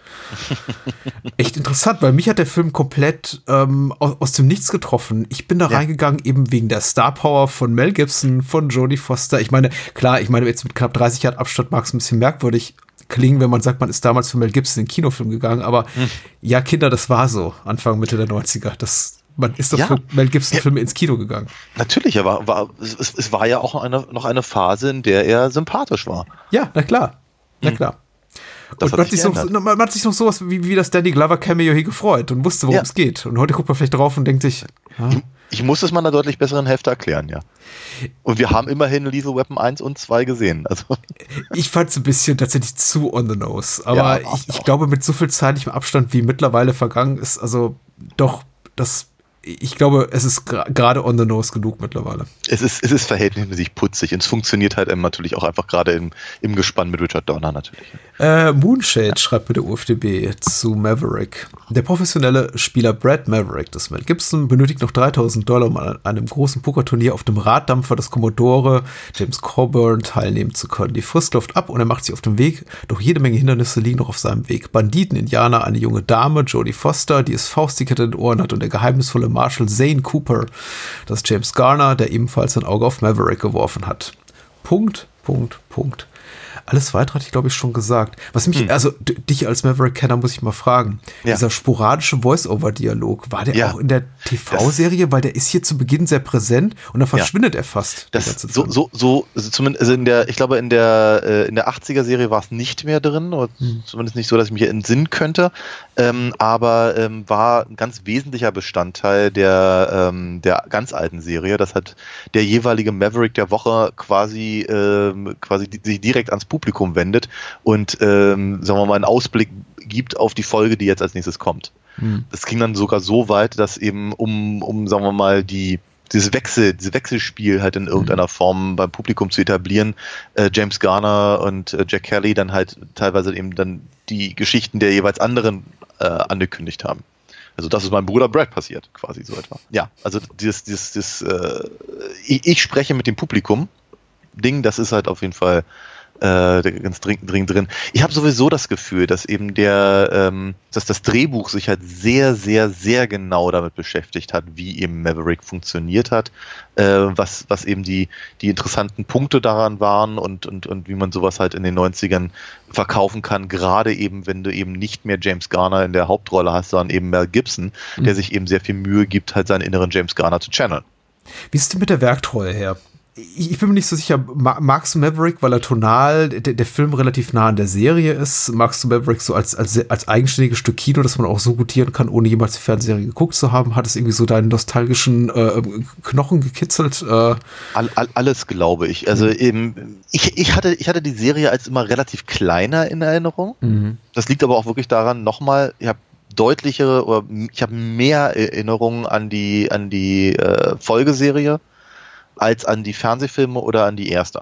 Echt interessant, weil mich hat der Film komplett ähm, aus, aus dem Nichts getroffen. Ich bin da ja. reingegangen eben wegen der Star-Power von Mel Gibson, von Jodie Foster. Ich meine, klar, ich meine, jetzt mit knapp dreißig Jahren Abstand mag es ein bisschen merkwürdig klingen, wenn man sagt, man ist damals für Mel Gibson in den Kinofilm gegangen, aber hm. ja, Kinder, das war so, Anfang, Mitte der neunziger. Das, man ist doch ja. für Mel Gibson-Filme ja. ins Kino gegangen. Natürlich, aber war, es, es war ja auch eine, noch eine Phase, in der er sympathisch war. Ja, na klar, na hm. klar. Das und man hat, sich noch, man hat sich noch sowas wie, wie das Danny Glover Cameo hier gefreut und wusste, worum ja. es geht. Und heute guckt man vielleicht drauf und denkt sich, ah. ich, ich muss es mal einer deutlich besseren Hälfte erklären, ja. Und wir haben immerhin Lethal Weapon eins und zwei gesehen. Also. Ich fand es ein bisschen tatsächlich zu on the nose. Aber ja, ich, ich glaube, mit so viel zeitlichem Abstand, wie mittlerweile vergangen ist, also doch, das ich glaube, es ist gra- gerade on the nose genug mittlerweile. Es ist, es ist verhältnismäßig putzig und es funktioniert halt natürlich auch einfach gerade im, im Gespann mit Richard Donner natürlich. Äh, Moonshade schreibt mit der U F D B zu Maverick. Der professionelle Spieler Brad Maverick des Mel Gibson benötigt noch dreitausend Dollar, um an einem großen Pokerturnier auf dem Raddampfer des Commodore James Coburn teilnehmen zu können. Die Frist läuft ab und er macht sich auf den Weg, doch jede Menge Hindernisse liegen noch auf seinem Weg. Banditen, Indianer, eine junge Dame, Jodie Foster, die es faustdick in den Ohren hat und der geheimnisvolle Marshal Zane Cooper, das ist James Garner, der ebenfalls ein Auge auf Maverick geworfen hat. Punkt, Punkt, Punkt. Alles weitere hatte ich, glaube ich, schon gesagt. Was mich, hm. also d- dich als Maverick-Kenner muss ich mal fragen. Ja. Dieser sporadische Voice-Over-Dialog, war der ja. auch in der T V-Serie? Weil der ist hier zu Beginn sehr präsent und dann verschwindet ja. er fast. Das so, so, so, also zumindest also in der, ich glaube, in der, äh, in der achtziger-Serie war es nicht mehr drin, oder hm. zumindest nicht so, dass ich mich entsinnen könnte, ähm, aber ähm, war ein ganz wesentlicher Bestandteil der, ähm, der ganz alten Serie. Das hat der jeweilige Maverick der Woche quasi, ähm, quasi die, sich direkt ans Publikum wendet und ähm, sagen wir mal einen Ausblick gibt auf die Folge, die jetzt als nächstes kommt. Hm. Das ging dann sogar so weit, dass eben um, um sagen wir mal, die dieses Wechsel, dieses Wechselspiel halt in irgendeiner Form beim Publikum zu etablieren. Äh, James Garner und äh, Jack Kelly dann halt teilweise eben dann die Geschichten der jeweils anderen äh, angekündigt haben. Also das ist meinem Bruder Brad passiert, quasi so etwa. Ja, also dieses, dieses, dieses äh, ich, ich spreche mit dem Publikum Ding, das ist halt auf jeden Fall äh, ganz dringend, dringend drin. Ich habe sowieso das Gefühl, dass eben der, ähm, dass das Drehbuch sich halt sehr, sehr, sehr genau damit beschäftigt hat, wie eben Maverick funktioniert hat, äh, was, was eben die, die interessanten Punkte daran waren und, und, und wie man sowas halt in den neunzigern verkaufen kann, gerade eben, wenn du eben nicht mehr James Garner in der Hauptrolle hast, sondern eben Mel Gibson, mhm. der sich eben sehr viel Mühe gibt, halt seinen inneren James Garner zu channeln. Wie ist denn mit der Werktreue her? Ich bin mir nicht so sicher, magst du Maverick, weil er tonal, der, der Film relativ nah an der Serie ist? Magst du Maverick so als, als, als eigenständiges Stück Kino, das man auch so gutieren kann, ohne jemals die Fernsehserie geguckt zu haben? Hat es irgendwie so deinen nostalgischen äh, Knochen gekitzelt? Äh? All, all, alles, glaube ich. Also mhm. eben, ich, ich, hatte, ich hatte die Serie als immer relativ kleiner in Erinnerung. Mhm. Das liegt aber auch wirklich daran, nochmal, ich habe deutlichere, oder ich habe mehr Erinnerungen an die, an die äh, Folgeserie als an die Fernsehfilme oder an die erste.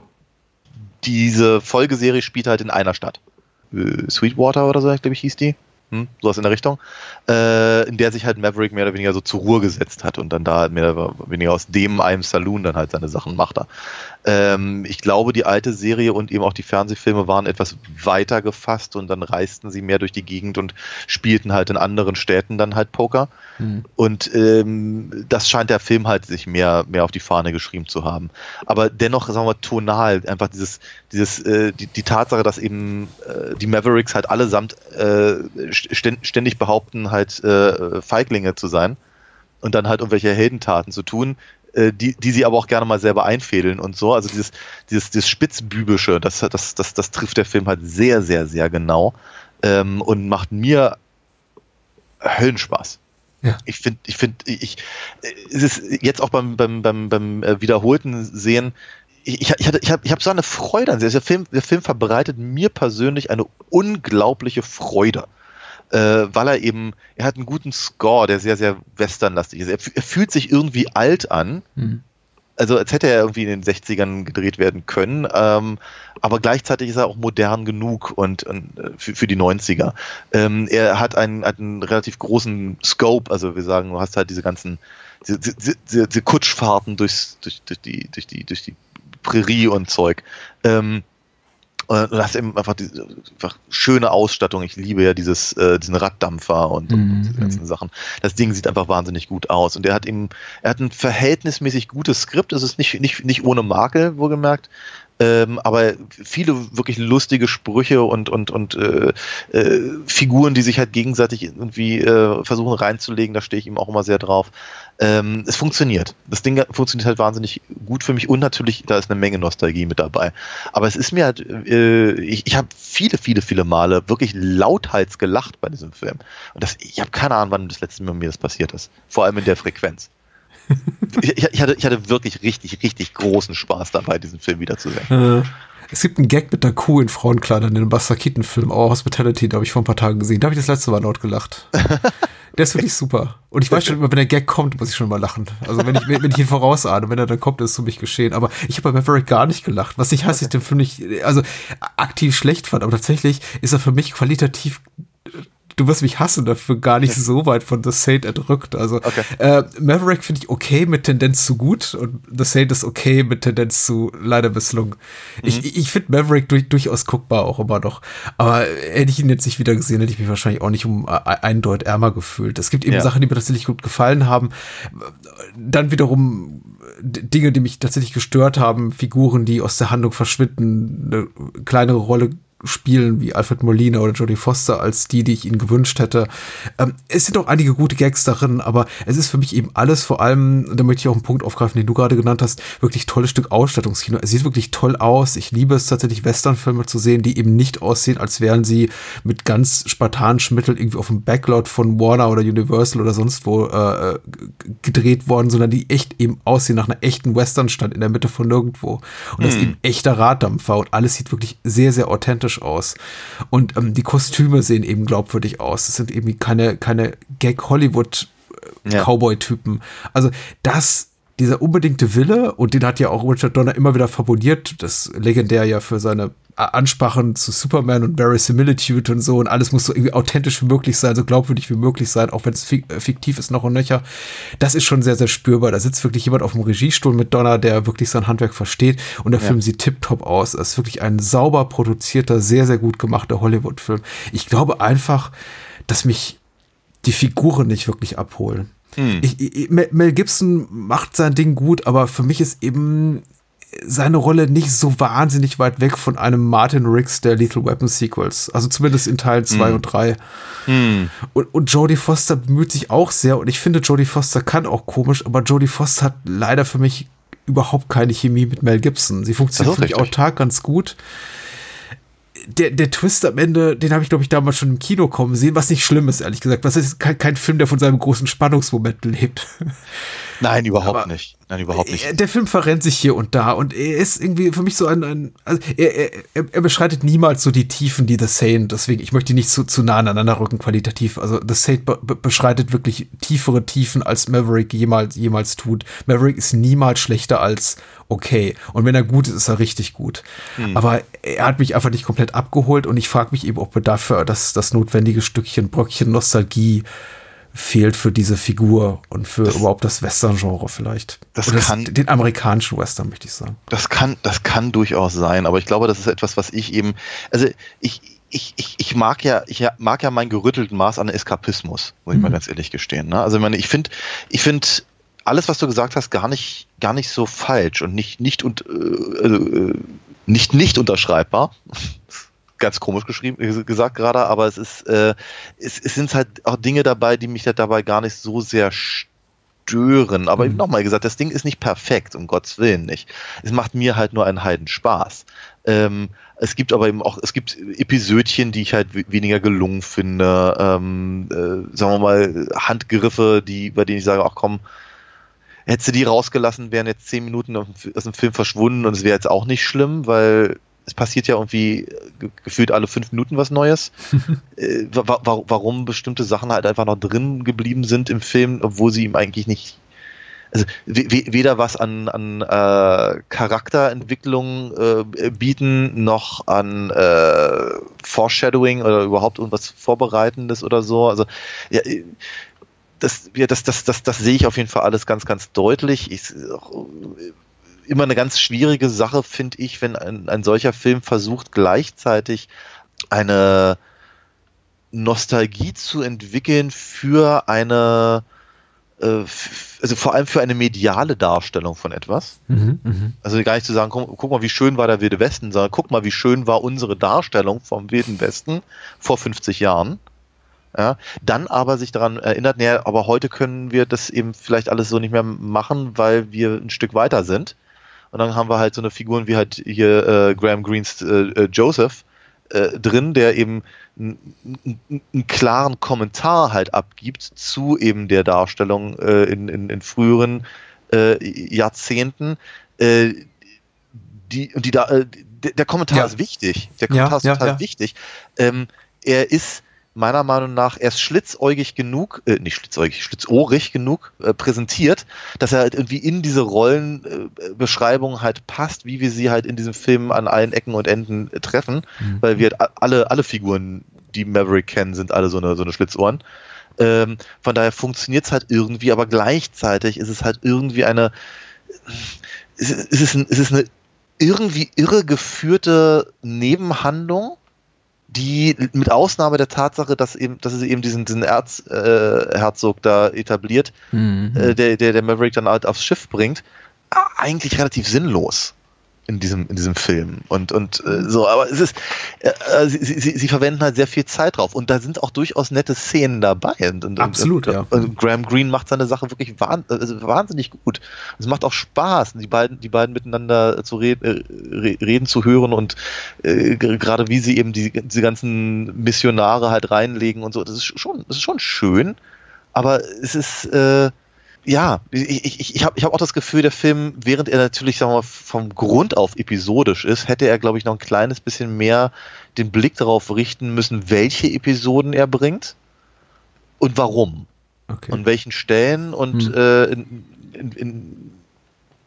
Diese Folgeserie spielt halt in einer Stadt. Sweetwater oder so, glaube ich, hieß die. Hm, sowas in der Richtung. Äh, in der sich halt Maverick mehr oder weniger so zur Ruhe gesetzt hat und dann da mehr oder weniger aus dem einem Saloon dann halt seine Sachen macht. Ähm, ich glaube, die alte Serie und eben auch die Fernsehfilme waren etwas weiter gefasst und dann reisten sie mehr durch die Gegend und spielten halt in anderen Städten dann halt Poker. Mhm. Und ähm, das scheint der Film halt sich mehr, mehr auf die Fahne geschrieben zu haben. Aber dennoch, sagen wir mal, tonal, einfach dieses, dieses, äh, die, die Tatsache, dass eben äh, die Mavericks halt allesamt äh, ständig behaupten, halt äh, Feiglinge zu sein und dann halt irgendwelche Heldentaten zu tun, äh, die, die sie aber auch gerne mal selber einfädeln und so. Also dieses, dieses, dieses Spitzbübische, das, das, das, das trifft der Film halt sehr, sehr, sehr genau ähm, und macht mir Höllenspaß. Ja. Ich finde, ich finde, ich, es ist jetzt auch beim, beim, beim, beim wiederholten Sehen, ich, ich, ich, hatte, ich habe ich hab so eine Freude an der Film. Der Film verbreitet mir persönlich eine unglaubliche Freude. Äh, weil er eben, er hat einen guten Score, der sehr, sehr westernlastig ist. Er, er fühlt sich irgendwie alt an. Mhm. Also als hätte er irgendwie in den sechzigern gedreht werden können. Ähm, aber gleichzeitig ist er auch modern genug und, und für, für die neunziger. Ähm, er hat einen, hat einen relativ großen Scope. Also wir sagen, du hast halt diese ganzen diese, diese, diese Kutschfahrten durchs, durch, durch, die, durch, die, durch die Prärie und Zeug. Ähm, Und du hast eben einfach diese einfach schöne Ausstattung. Ich liebe ja dieses, äh, diesen Raddampfer und, und, und diese ganzen Sachen. Das Ding sieht einfach wahnsinnig gut aus. Und er hat eben, er hat ein verhältnismäßig gutes Skript. Es ist nicht, nicht, nicht ohne Makel, wohlgemerkt. Ähm, aber viele wirklich lustige Sprüche und, und, und äh, äh, Figuren, die sich halt gegenseitig irgendwie äh, versuchen reinzulegen, da stehe ich ihm auch immer sehr drauf. Ähm, es funktioniert. Das Ding funktioniert halt wahnsinnig gut für mich und natürlich, da ist eine Menge Nostalgie mit dabei. Aber es ist mir halt, äh, ich, ich habe viele, viele, viele Male wirklich lauthals gelacht bei diesem Film. Und das, ich habe keine Ahnung, wann das letzte Mal mir das passiert ist. Vor allem in der Frequenz. ich, ich, hatte, ich hatte wirklich richtig, richtig großen Spaß dabei, diesen Film wiederzusehen. Äh, es gibt einen Gag mit der Kuh in Frauenkleidern in einem Buster Keaton-Film, Our Hospitality, da habe ich vor ein paar Tagen gesehen. Da habe ich das letzte Mal laut gelacht. Der ist wirklich super. Und ich weiß schon immer, wenn der Gag kommt, muss ich schon mal lachen. Also wenn ich, wenn ich ihn vorausahne, wenn er dann kommt, ist es für mich geschehen. Aber ich habe bei Maverick gar nicht gelacht. Was nicht heißt, dass ich den Film nicht, also aktiv schlecht fand. Aber tatsächlich ist er für mich qualitativ, du wirst mich hassen dafür, gar nicht so weit von The Saint erdrückt. Also okay. äh, Maverick finde ich okay mit Tendenz zu gut und The Saint ist okay mit Tendenz zu leider misslungen. Mhm. Ich, ich finde Maverick durch, durchaus guckbar auch immer noch. Aber hätte ich ihn jetzt nicht wieder gesehen, hätte ich mich wahrscheinlich auch nicht um einen Deut ärmer gefühlt. Es gibt eben ja. Sachen, die mir tatsächlich gut gefallen haben. Dann wiederum Dinge, die mich tatsächlich gestört haben. Figuren, die aus der Handlung verschwinden, eine kleinere Rolle spielen wie Alfred Molina oder Jodie Foster als die, die ich ihnen gewünscht hätte. Ähm, es sind auch einige gute Gags darin, aber es ist für mich eben alles, vor allem, da möchte ich auch einen Punkt aufgreifen, den du gerade genannt hast, wirklich tolles Stück Ausstattungskino. Es sieht wirklich toll aus. Ich liebe es tatsächlich, Westernfilme zu sehen, die eben nicht aussehen, als wären sie mit ganz spartanischen Mitteln irgendwie auf dem Backlot von Warner oder Universal oder sonst wo äh, gedreht worden, sondern die echt eben aussehen nach einer echten Westernstadt in der Mitte von nirgendwo. Und hm. das ist eben echter Raddampfer und alles sieht wirklich sehr, sehr authentisch aus. Und ähm, die Kostüme sehen eben glaubwürdig aus. Das sind eben keine, keine Gag-Hollywood-Cowboy-Typen. Also das dieser unbedingte Wille, und den hat ja auch Richard Donner immer wieder fabuliert, das legendär ja für seine Ansprachen zu Superman und Verisimilitude und so, und alles muss so irgendwie authentisch wie möglich sein, so glaubwürdig wie möglich sein, auch wenn es fiktiv ist noch und nöcher. Das ist schon sehr, sehr spürbar. Da sitzt wirklich jemand auf dem Regiestuhl mit Donner, der wirklich sein Handwerk versteht, und der ja. Film sieht tipptopp aus. Es ist wirklich ein sauber produzierter, sehr, sehr gut gemachter Hollywood-Film. Ich glaube einfach, dass mich die Figuren nicht wirklich abholen. Hm. Ich, ich, Mel Gibson macht sein Ding gut, aber für mich ist eben seine Rolle nicht so wahnsinnig weit weg von einem Martin Riggs der Lethal Weapon Sequels. Also zumindest in Teil zwei mm. und drei. Mm. Und, und Jodie Foster bemüht sich auch sehr, und ich finde, Jodie Foster kann auch komisch, aber Jodie Foster hat leider für mich überhaupt keine Chemie mit Mel Gibson. Sie funktioniert für mich autark ganz gut. Der, der Twist am Ende, den habe ich, glaube ich, damals schon im Kino kommen sehen, was nicht schlimm ist, ehrlich gesagt. Das ist kein, kein Film, der von seinem großen Spannungsmoment lebt. Nein, überhaupt Aber nicht. Nein, überhaupt nicht. Der Film verrennt sich hier und da, und er ist irgendwie für mich so ein, ein also er, er, er beschreitet niemals so die Tiefen, die The Saint, deswegen, ich möchte nicht zu, zu nah aneinander rücken qualitativ. Also The Saint be, beschreitet wirklich tiefere Tiefen, als Maverick jemals, jemals tut. Maverick ist niemals schlechter als okay. Und wenn er gut ist, ist er richtig gut. Hm. Aber er hat mich einfach nicht komplett abgeholt, und ich frage mich eben, ob er dafür das, das notwendige Stückchen, Bröckchen Nostalgie fehlt für diese Figur und für das, überhaupt das Western-Genre vielleicht. Das Oder kann, das, den amerikanischen Western, möchte ich sagen. Das kann, das kann durchaus sein, aber ich glaube, das ist etwas, was ich eben, also ich, ich, ich, ich mag ja, ich mag ja mein gerüttelten Maß an Eskapismus, muss ich mhm. mal ganz ehrlich gestehen. Ne? Also ich meine, ich finde, ich finde alles, was du gesagt hast, gar nicht, gar nicht so falsch und nicht, nicht und äh, äh, nicht nicht unterschreibbar. Ganz komisch geschrieben, gesagt gerade, aber es ist, äh, es, es sind halt auch Dinge dabei, die mich halt dabei gar nicht so sehr stören. Aber mhm. nochmal gesagt, das Ding ist nicht perfekt, um Gottes Willen nicht. Es macht mir halt nur einen Heidenspaß. Ähm, es gibt aber eben auch, es gibt Episödchen, die ich halt w- weniger gelungen finde. Ähm, äh, sagen wir mal, Handgriffe, die, bei denen ich sage, ach komm, hättest du die rausgelassen, wären jetzt zehn Minuten aus dem Film verschwunden, und es wäre jetzt auch nicht schlimm, weil es passiert ja irgendwie ge- gefühlt alle fünf Minuten was Neues. äh, wa- wa- warum bestimmte Sachen halt einfach noch drin geblieben sind im Film, obwohl sie ihm eigentlich nicht, also w- w- weder was an, an äh, Charakterentwicklung äh, bieten, noch an äh, Foreshadowing oder überhaupt irgendwas Vorbereitendes oder so. Also ja, das, ja, das, das, das, das sehe ich auf jeden Fall alles ganz, ganz deutlich. Ich, immer eine ganz schwierige Sache, finde ich, wenn ein, ein solcher Film versucht, gleichzeitig eine Nostalgie zu entwickeln für eine, äh, f- also vor allem für eine mediale Darstellung von etwas. Mhm, mh. Also gar nicht zu sagen, guck, guck mal, wie schön war der Wilde Westen, sondern guck mal, wie schön war unsere Darstellung vom Wilden Westen vor fünfzig Jahren. Ja, dann aber sich daran erinnert, naja, aber heute können wir das eben vielleicht alles so nicht mehr machen, weil wir ein Stück weiter sind. Und dann haben wir halt so eine Figuren wie halt hier äh, Graham Greens äh, Joseph äh, drin, der eben einen klaren Kommentar halt abgibt zu eben der Darstellung äh, in, in, in früheren äh, Jahrzehnten. Äh, die, und die da, äh, der, der Kommentar ja. ist wichtig. Der Kommentar ja, ist total ja, ja. wichtig. Ähm, er ist meiner Meinung nach erst schlitzäugig genug, äh, nicht schlitzäugig, schlitzohrig genug äh, präsentiert, dass er halt irgendwie in diese Rollenbeschreibung äh, halt passt, wie wir sie halt in diesem Film an allen Ecken und Enden äh, treffen, mhm. weil wir halt alle, alle Figuren, die Maverick kennen, sind alle so eine, so eine Schlitzohren. Ähm, von daher funktioniert es halt irgendwie, aber gleichzeitig ist es halt irgendwie eine, ist, ist, es, ein, ist es eine irgendwie irregeführte Nebenhandlung, die mit Ausnahme der Tatsache, dass eben, dass es eben diesen, diesen Erzherzog äh, da etabliert, mhm. äh, der, der, der Maverick dann halt aufs Schiff bringt, eigentlich relativ sinnlos in diesem, in diesem Film. Und, und äh, so, aber es ist, äh, sie, sie, sie verwenden halt sehr viel Zeit drauf, und da sind auch durchaus nette Szenen dabei. Und, und, Absolut, und, ja. Und Graham Greene macht seine Sache wirklich wahn, also wahnsinnig gut. Es macht auch Spaß, die beiden, die beiden miteinander zu reden, äh, reden zu hören, und äh, gerade wie sie eben die, diese ganzen Missionare halt reinlegen und so. Das ist schon, das ist schon schön, aber es ist, äh, ja, ich, ich, ich habe ich hab auch das Gefühl, der Film, während er natürlich, sagen wir mal, vom Grund auf episodisch ist, hätte er, glaube ich, noch ein kleines bisschen mehr den Blick darauf richten müssen, welche Episoden er bringt und warum. Okay. Und welchen Stellen und hm. äh, in, in, in,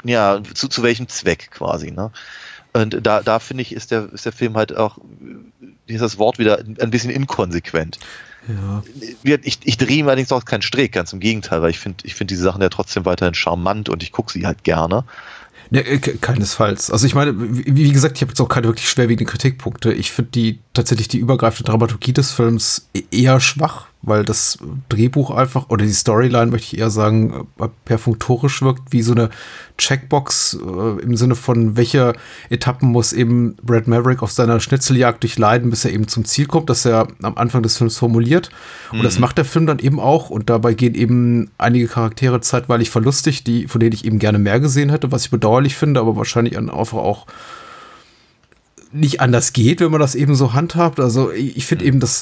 ja, zu, zu welchem Zweck quasi, ne? Und da, da finde ich, ist der, ist der Film halt auch, hier ist das Wort wieder ein bisschen inkonsequent. Ja. Ich, ich drehe ihm allerdings auch keinen Strick, ganz im Gegenteil, weil ich finde ich finde diese Sachen ja trotzdem weiterhin charmant und ich gucke sie halt gerne. Ne, keinesfalls. Also ich meine, wie gesagt, ich habe jetzt auch keine wirklich schwerwiegenden Kritikpunkte. Ich finde die tatsächlich die übergreifende Dramaturgie des Films eher schwach, weil das Drehbuch einfach, oder die Storyline, möchte ich eher sagen, perfunktorisch wirkt, wie so eine Checkbox äh, im Sinne von, welche Etappen muss eben Brad Maverick auf seiner Schnitzeljagd durchleiden, bis er eben zum Ziel kommt, das er am Anfang des Films formuliert. Und mhm. das macht der Film dann eben auch. Und dabei gehen eben einige Charaktere zeitweilig verlustig, die, von denen ich eben gerne mehr gesehen hätte, was ich bedauerlich finde, aber wahrscheinlich einfach auch nicht anders geht, wenn man das eben so handhabt. Also ich, ich finde mhm. eben, dass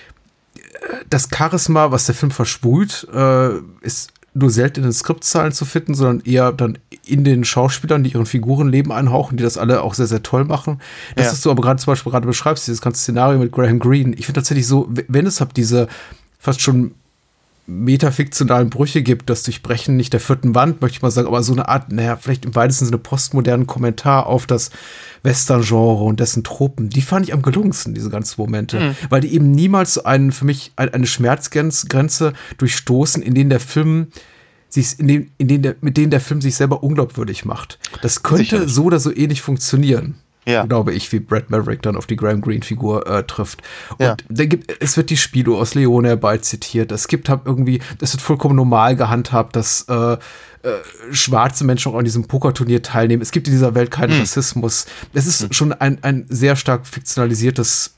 das Charisma, was der Film versprüht, äh, ist nur selten in den Skriptzahlen zu finden, sondern eher dann in den Schauspielern, die ihren Figuren Leben einhauchen, die das alle auch sehr, sehr toll machen. Das ja. ist du aber gerade zum Beispiel gerade beschreibst, dieses ganze Szenario mit Graham Greene. Ich finde tatsächlich so, wenn es halt diese fast schon metafiktionalen Brüche gibt, das Durchbrechen nicht der vierten Wand, möchte ich mal sagen, aber so eine Art, naja, vielleicht im weitesten Sinne postmodernen Kommentar auf das Western-Genre und dessen Tropen, die fand ich am gelungensten, diese ganzen Momente, mhm. weil die eben niemals so einen, für mich eine Schmerzgrenze durchstoßen, in denen der Film sich, in dem, in denen der, mit denen der Film sich selber unglaubwürdig macht. Das könnte Sicherlich. so oder so ähnlich funktionieren. Ja. Glaube ich, wie Brad Maverick dann auf die Graham Greene-Figur äh, trifft. Und ja. da gibt, es wird die Spilo aus Leone herbei zitiert. Es gibt halt irgendwie, es wird vollkommen normal gehandhabt, dass äh, äh, schwarze Menschen auch an diesem Pokerturnier teilnehmen. Es gibt in dieser Welt keinen hm. Rassismus. Es ist hm. schon ein, ein sehr stark fiktionalisiertes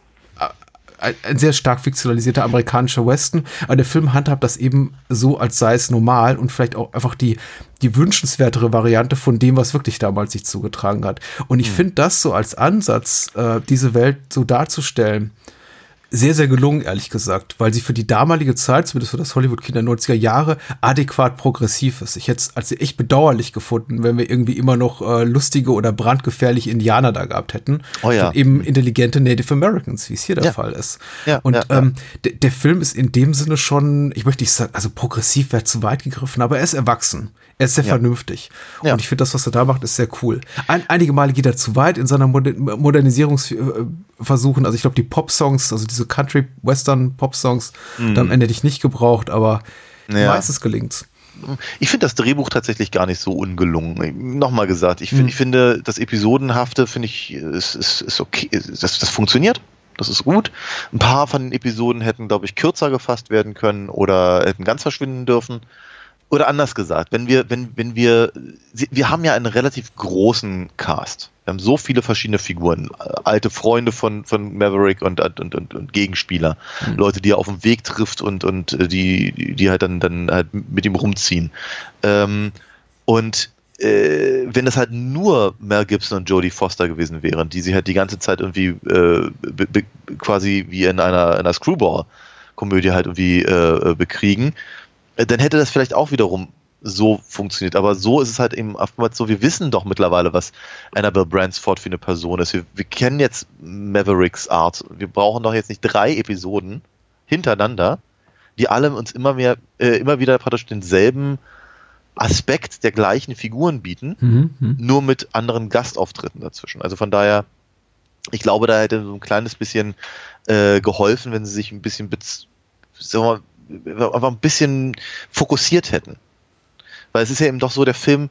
ein sehr stark fiktionalisierter amerikanischer Western, aber der Film handhabt das eben so, als sei es normal und vielleicht auch einfach die, die wünschenswertere Variante von dem, was wirklich damals sich zugetragen hat. Und ich mhm. finde das so als Ansatz, äh, diese Welt so darzustellen, sehr, sehr gelungen, ehrlich gesagt, weil sie für die damalige Zeit, zumindest für das Hollywood-Kino der neunziger Jahre, adäquat progressiv ist. Ich hätte es als echt bedauerlich gefunden, wenn wir irgendwie immer noch äh, lustige oder brandgefährliche Indianer da gehabt hätten. Oh ja. Und eben intelligente Native Americans, wie es hier der ja. Fall ist. Ja, und ja, ähm, ja. der Film ist in dem Sinne schon, ich möchte nicht sagen, also progressiv wäre zu weit gegriffen, aber er ist erwachsen. Er ist sehr ja. vernünftig. Ja. Und ich finde, das, was er da macht, ist sehr cool. Ein, einige Male geht er zu weit in seiner Moder- Modernisierungsversuchen. Also ich glaube, die Pop-Songs, also diese Country-Western-Pop-Songs, mhm. da am Ende hätte ich nicht gebraucht, aber ja. meistens gelingt's. Ich finde das Drehbuch tatsächlich gar nicht so ungelungen. Nochmal gesagt, ich, mhm. ich finde, das Episodenhafte, finde ich, ist, ist, ist okay. Das, das funktioniert. Das ist gut. Ein paar von den Episoden hätten, glaube ich, kürzer gefasst werden können oder hätten ganz verschwinden dürfen. Oder anders gesagt, wenn wir, wenn, wenn wir, wir haben ja einen relativ großen Cast. Wir haben so viele verschiedene Figuren, alte Freunde von, von Maverick und, und, und, und Gegenspieler, mhm. Leute, die er auf dem Weg trifft und, und die, die halt dann, dann halt mit ihm rumziehen. Ähm, und äh, wenn das halt nur Mel Gibson und Jodie Foster gewesen wären, die sie halt die ganze Zeit irgendwie äh, be, be, quasi wie in einer, einer Screwball-Komödie halt irgendwie äh, bekriegen, dann hätte das vielleicht auch wiederum so funktioniert. Aber so ist es halt eben oftmals so, wir wissen doch mittlerweile, was Annabelle Bransford für eine Person ist. Wir, wir kennen jetzt Mavericks Art. Wir brauchen doch jetzt nicht drei Episoden hintereinander, die alle uns immer mehr, äh, immer wieder praktisch denselben Aspekt der gleichen Figuren bieten, mhm, mh. nur mit anderen Gastauftritten dazwischen. Also von daher, ich glaube, da hätte so ein kleines bisschen äh, geholfen, wenn sie sich ein bisschen bez- sagen wir mal, einfach ein bisschen fokussiert hätten. Weil es ist ja eben doch so, der Film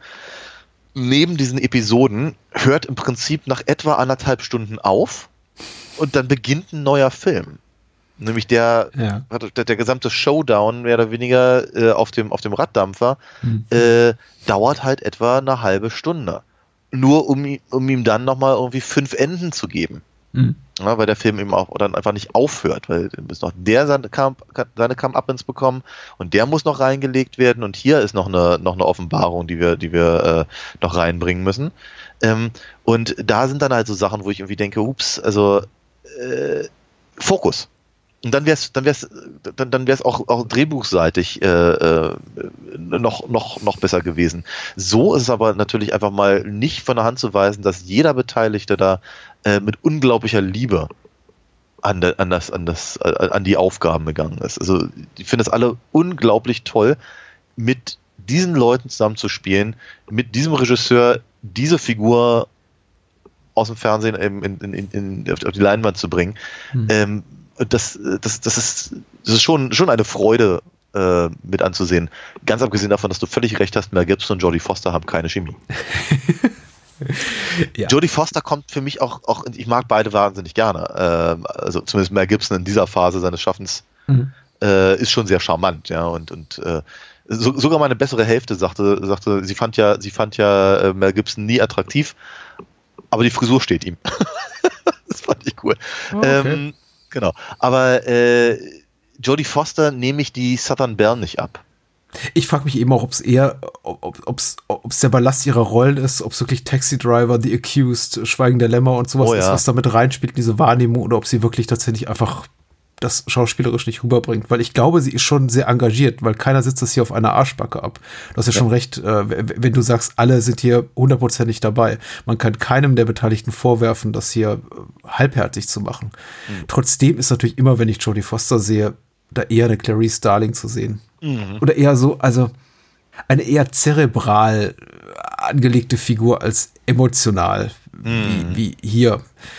neben diesen Episoden hört im Prinzip nach etwa anderthalb Stunden auf und dann beginnt ein neuer Film. Nämlich der, ja. der, der gesamte Showdown mehr oder weniger äh, auf dem, auf dem Raddampfer mhm. äh, dauert halt etwa eine halbe Stunde. Nur um, um ihm dann nochmal irgendwie fünf Enden zu geben. Mhm. Ja, weil der Film eben auch dann einfach nicht aufhört, weil muss noch der seine Come-Uppins bekommen und der muss noch reingelegt werden und hier ist noch eine, noch eine Offenbarung, die wir, die wir äh, noch reinbringen müssen. Ähm, und da sind dann halt so Sachen, wo ich irgendwie denke, ups, also äh, Fokus. Und dann wär's, dann wär's, dann, dann wär's auch, auch drehbuchseitig äh, äh, noch, noch, noch besser gewesen. So ist es aber natürlich einfach mal nicht von der Hand zu weisen, dass jeder Beteiligte da äh, mit unglaublicher Liebe an, de, an, das, an, das, an die Aufgaben gegangen ist. Also ich finde das alle unglaublich toll mit diesen Leuten zusammenzuspielen, mit diesem Regisseur diese Figur aus dem Fernsehen in, in, in, in, auf die Leinwand zu bringen, hm. ähm, das, das, das, ist, das ist schon, schon eine Freude äh, mit anzusehen. Ganz abgesehen davon, dass du völlig recht hast, Mel Gibson und Jodie Foster haben keine Chemie. Ja. Jodie Foster kommt für mich auch, auch, ich mag beide wahnsinnig gerne. Ähm, also zumindest Mel Gibson in dieser Phase seines Schaffens mhm. äh, ist schon sehr charmant, ja, und, und äh, so, sogar meine bessere Hälfte sagte, sagte, sie fand ja, sie fand ja äh, Mel Gibson nie attraktiv, aber die Frisur steht ihm. Das fand ich cool. Oh, okay. ähm, genau. Aber äh, Jodie Foster nehme ich die Southern Belle nicht ab. Ich frage mich eben auch, ob es eher, ob es der Ballast ihrer Rollen ist, ob es wirklich Taxi Driver, The Accused, Schweigen der Lämmer und sowas oh, ist, ja. was damit reinspielt in diese Wahrnehmung, oder ob sie wirklich tatsächlich einfach das schauspielerisch nicht rüberbringt. Weil ich glaube, sie ist schon sehr engagiert, weil keiner sitzt das hier auf einer Arschbacke ab. Du hast ja, ja. schon recht, äh, wenn du sagst, alle sind hier hundertprozentig dabei. Man kann keinem der Beteiligten vorwerfen, das hier äh, halbherzig zu machen. Mhm. Trotzdem ist natürlich immer, wenn ich Jodie Foster sehe, da eher eine Clarice Starling zu sehen. Mhm. Oder eher so, also eine eher zerebral angelegte Figur als emotional, mhm. wie, wie hier.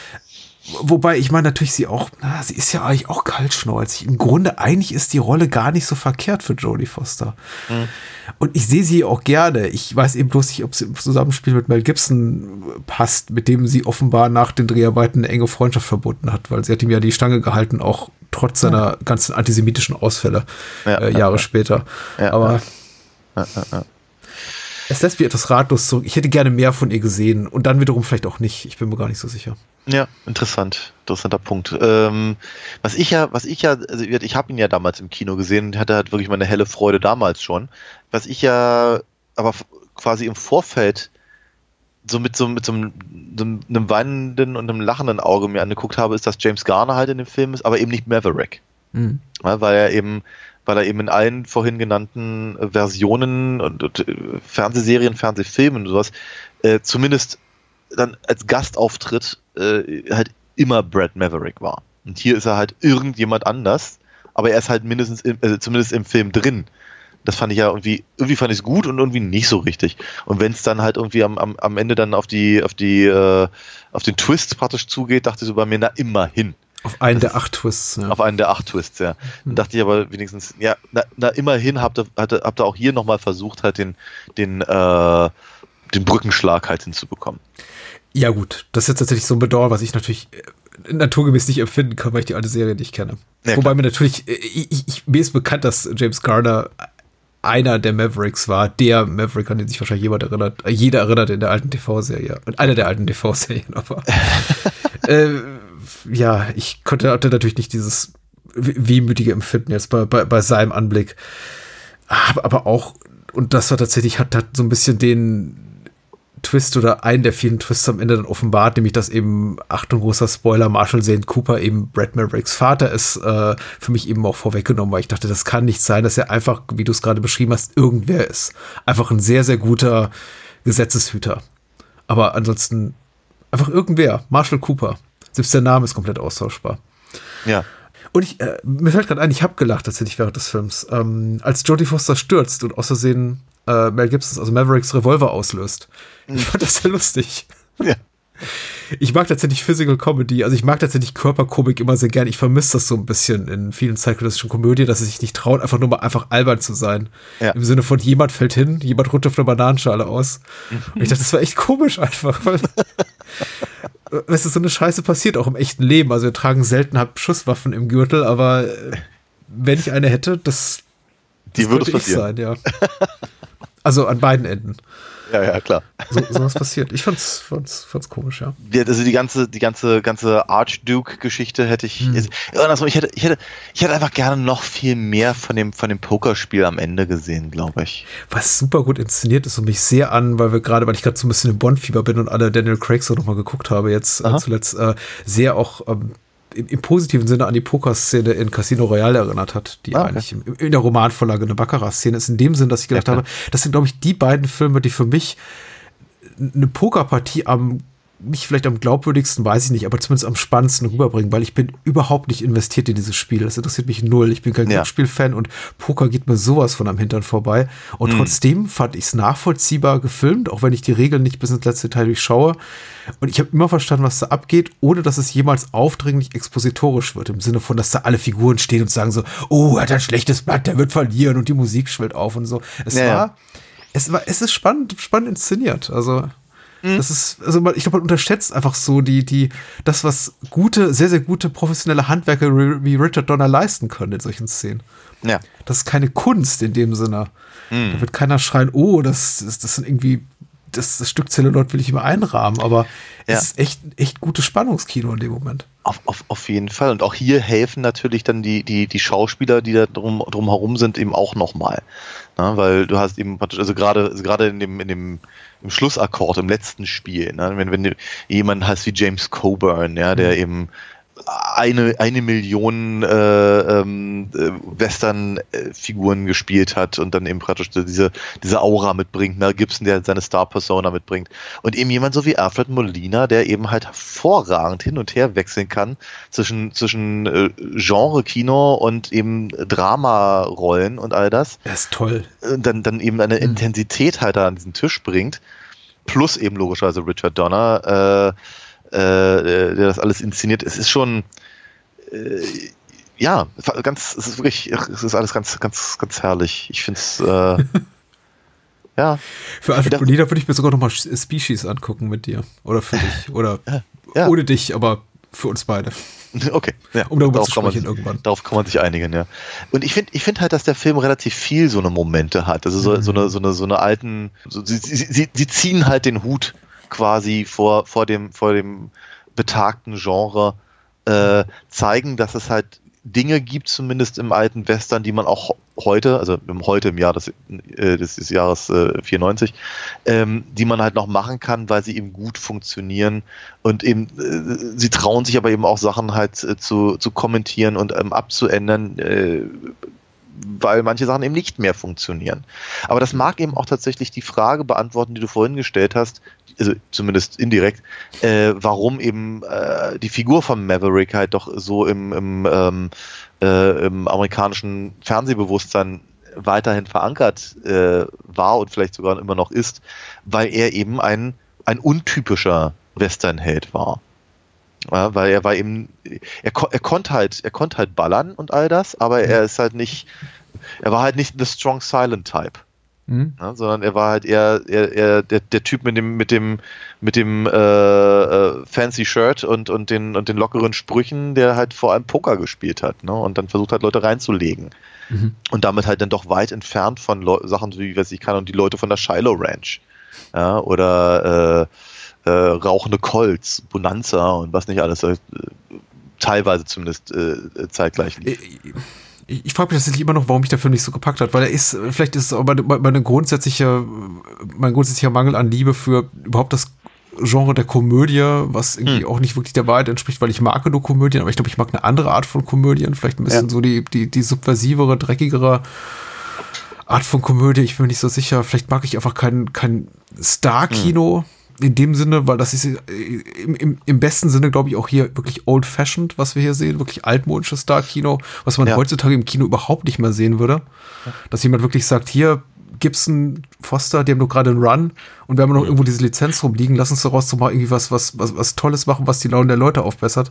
Wobei, ich meine natürlich sie auch, na, sie ist ja eigentlich auch kaltschnäuzig. Im Grunde eigentlich ist die Rolle gar nicht so verkehrt für Jodie Foster. Mhm. Und ich sehe sie auch gerne. Ich weiß eben bloß nicht, ob sie im Zusammenspiel mit Mel Gibson passt, mit dem sie offenbar nach den Dreharbeiten eine enge Freundschaft verbunden hat, weil sie hat ihm ja die Stange gehalten, auch trotz seiner ja. ganzen antisemitischen Ausfälle ja, äh, Jahre ja, später. Ja, Aber ja, ja, ja. es lässt mich etwas ratlos zurück. Ich hätte gerne mehr von ihr gesehen und dann wiederum vielleicht auch nicht. Ich bin mir gar nicht so sicher. Ja, interessant, interessanter Punkt. Ähm, was ich ja, was ich ja, also ich habe ihn ja damals im Kino gesehen und hatte halt wirklich meine helle Freude damals schon. Was ich ja aber quasi im Vorfeld so mit so mit so einem, einem weinenden und einem lachenden Auge mir angeguckt habe, ist, dass James Garner halt in dem Film ist, aber eben nicht Maverick. Mhm. Ja, weil er eben, weil er eben in allen vorhin genannten Versionen und, und Fernsehserien, Fernsehfilmen und sowas, äh, zumindest dann als Gastauftritt äh, halt immer Brad Maverick war. Und hier ist er halt irgendjemand anders, aber er ist halt mindestens, im, also zumindest im Film drin. Das fand ich ja irgendwie, irgendwie fand ich es gut und irgendwie nicht so richtig. Und wenn es dann halt irgendwie am, am, am Ende dann auf die, auf die, äh, auf den Twist praktisch zugeht, dachte ich so bei mir, na immerhin. Auf einen das der acht Twists, ja. Auf einen der acht Twists, ja. Dann dachte ich aber wenigstens, ja, na, na immerhin habt ihr, habt ihr, habt ihr auch hier nochmal versucht, halt den, den, äh, den Brückenschlag halt hinzubekommen. Ja gut, das ist jetzt tatsächlich so ein Bedauern, was ich natürlich naturgemäß nicht empfinden kann, weil ich die alte Serie nicht kenne. Ja, Wobei mir natürlich, ich, ich, mir ist bekannt, dass James Garner einer der Mavericks war, der Maverick, an den sich wahrscheinlich jemand erinnert, jeder erinnert in der alten T V-Serie. Und einer der alten T V-Serien, aber äh, ja, ich konnte hatte natürlich nicht dieses wehmütige Empfinden jetzt bei, bei, bei seinem Anblick. Aber, aber auch, und das war tatsächlich, hat, hat so ein bisschen den Twist oder einen der vielen Twists am Ende dann offenbart, nämlich, dass eben, Achtung, großer Spoiler, Marshall Zane Cooper eben Brad Mavericks Vater ist, äh, für mich eben auch vorweggenommen, weil ich dachte, das kann nicht sein, dass er einfach, wie du es gerade beschrieben hast, irgendwer ist. Einfach ein sehr, sehr guter Gesetzeshüter. Aber ansonsten einfach irgendwer, Marshall Cooper. Selbst der Name ist komplett austauschbar. Ja. Und ich, äh, mir fällt gerade ein, ich habe gelacht tatsächlich während des Films, ähm, als Jodie Foster stürzt und aus Versehen äh, Mel Gibsons, also Mavericks Revolver auslöst. Ich fand das sehr lustig. Ja. Ich mag tatsächlich Physical Comedy, also ich mag tatsächlich Körperkomik immer sehr gern. Ich vermisse das so ein bisschen in vielen zeitgenössischen Komödien, dass sie sich nicht trauen, einfach nur mal einfach albern zu sein. Ja. Im Sinne von, jemand fällt hin, jemand rutscht auf eine Bananenschale aus. Und ich dachte, das war echt komisch einfach, weil weißt du, so eine Scheiße passiert auch im echten Leben. Also wir tragen selten halt Schusswaffen im Gürtel, aber wenn ich eine hätte, das, das Die würde ich sein, ja. Also an beiden Enden. Ja, ja, klar. So, so was passiert. Ich fand's, fand's, fand's komisch, ja. ja. Also die ganze, die ganze, ganze Archduke-Geschichte hätte ich, hm. ich hätte, ich hätte, ich hätte einfach gerne noch viel mehr von dem, von dem Pokerspiel am Ende gesehen, glaube ich. Was super gut inszeniert ist und mich sehr an, weil wir gerade, weil ich gerade so ein bisschen im Bond-Fieber bin und alle Daniel Craig so nochmal geguckt habe jetzt äh, zuletzt, äh, sehr auch, ähm, Im, im positiven Sinne an die Pokerszene in Casino Royale erinnert hat, die ah, okay. eigentlich in, in der Romanvorlage eine Baccarat-Szene ist, in dem Sinn, dass ich gedacht ja, habe, das sind, glaube ich, die beiden Filme, die für mich eine Pokerpartie am nicht vielleicht am glaubwürdigsten, weiß ich nicht, aber zumindest am spannendsten rüberbringen, weil ich bin überhaupt nicht investiert in dieses Spiel. Das interessiert mich null. Ich bin kein ja. Glücksspiel-Fan und Poker geht mir sowas von am Hintern vorbei. Und mhm. trotzdem fand ich es nachvollziehbar gefilmt, auch wenn ich die Regeln nicht bis ins letzte Detail durchschaue. Und ich habe immer verstanden, was da abgeht, ohne dass es jemals aufdringlich expositorisch wird. Im Sinne von, dass da alle Figuren stehen und sagen so, oh, er hat ein schlechtes Blatt, der wird verlieren und die Musik schwillt auf und so. Es ja, war, ja. es war, es ist spannend, spannend inszeniert. Also das ist, also man, ich glaube, man unterschätzt einfach so die, die, das, was gute, sehr, sehr gute professionelle Handwerker wie Richard Donner leisten können in solchen Szenen. Ja. Das ist keine Kunst in dem Sinne. Mhm. Da wird keiner schreien, oh, das, das, das sind irgendwie, das, das Stück Zelluloid will ich immer einrahmen, aber ja. es ist echt, echt gutes Spannungskino in dem Moment. Auf, auf, auf jeden Fall. Und auch hier helfen natürlich dann die, die, die Schauspieler, die da drum, drumherum sind, eben auch nochmal. Na, weil du hast eben praktisch, also gerade, also gerade in dem, in dem, im Schlussakkord, im letzten Spiel, ne, wenn, wenn du jemanden hast wie James Coburn, ja, der mhm. eben eine, eine Million äh, ähm, Western-Figuren gespielt hat und dann eben praktisch diese, diese Aura mitbringt, Mel Gibson, der seine Star-Persona mitbringt. Und eben jemand so wie Alfred Molina, der eben halt hervorragend hin und her wechseln kann zwischen, zwischen äh, Genre-Kino und eben Drama-Rollen und all das. Das ist toll. Und dann, dann eben eine mhm. Intensität halt da an diesen Tisch bringt. Plus eben logischerweise Richard Donner, äh, der das alles inszeniert. Es ist schon äh, ja, ganz, es ist wirklich, es ist alles ganz, ganz, ganz herrlich. Ich finde es äh, ja. Für Alfred Molina würde ich mir sogar noch mal Species angucken mit dir. Oder für dich. Oder ja, ja. ohne dich, aber für uns beide. Okay. Ja, um darüber darauf zu kann man sprechen sich, irgendwann. Darauf kann man sich einigen, ja. Und ich finde ich finde halt, dass der Film relativ viel so eine Momente hat. Also so, mhm. so eine, so eine, so eine alten, so, sie, sie, sie, sie ziehen halt den Hut quasi vor, vor dem, vor dem betagten Genre, äh, zeigen, dass es halt Dinge gibt, zumindest im alten Western, die man auch heute, also im, heute im Jahr des, äh, des, des Jahres äh, vierundneunzig, ähm, die man halt noch machen kann, weil sie eben gut funktionieren und eben, äh, sie trauen sich aber eben auch Sachen halt äh, zu, zu kommentieren und ähm, abzuändern, äh, weil manche Sachen eben nicht mehr funktionieren. Aber das mag eben auch tatsächlich die Frage beantworten, die du vorhin gestellt hast, also zumindest indirekt, äh, warum eben äh, die Figur von Maverick halt doch so im, im, ähm, äh, im amerikanischen Fernsehbewusstsein weiterhin verankert äh, war und vielleicht sogar immer noch ist, weil er eben ein, ein untypischer Westernheld war. Ja, weil er war eben, er, er konnte halt, er konnte halt ballern und all das, aber er ist halt nicht, er war halt nicht the strong silent type, mhm. ja, sondern er war halt eher, eher, eher der, der Typ mit dem, mit dem, mit dem äh, äh, fancy Shirt und und den und den lockeren Sprüchen, der halt vor allem Poker gespielt hat, ne, und dann versucht hat, Leute reinzulegen mhm. und damit halt dann doch weit entfernt von Leu- Sachen, wie weiß ich kann und die Leute von der Shiloh Ranch, ja, oder äh, Äh, rauchende Colts, Bonanza und was nicht alles, äh, teilweise zumindest äh, zeitgleich lief. Ich, ich frage mich tatsächlich immer noch, warum mich der Film nicht so gepackt hat, weil er ist, vielleicht ist es auch meine, meine grundsätzliche, mein grundsätzlicher Mangel an Liebe für überhaupt das Genre der Komödie, was irgendwie hm. auch nicht wirklich der Wahrheit entspricht, weil ich mag nur Komödien, aber ich glaube, ich mag eine andere Art von Komödien, vielleicht ein bisschen ja. so die, die, die subversivere, dreckigere Art von Komödie, ich bin mir nicht so sicher, vielleicht mag ich einfach kein, kein Star-Kino, hm. in dem Sinne, weil das ist im, im, im besten Sinne, glaube ich, auch hier wirklich old-fashioned, was wir hier sehen, wirklich altmodisches Star-Kino, was man ja. heutzutage im Kino überhaupt nicht mehr sehen würde. Ja. Dass jemand wirklich sagt, hier, Gibson, Foster, die haben doch gerade einen Run und wir haben noch ja. irgendwo diese Lizenz rumliegen, lass uns daraus doch mal irgendwie was, was, was, was Tolles machen, was die Laune der Leute aufbessert.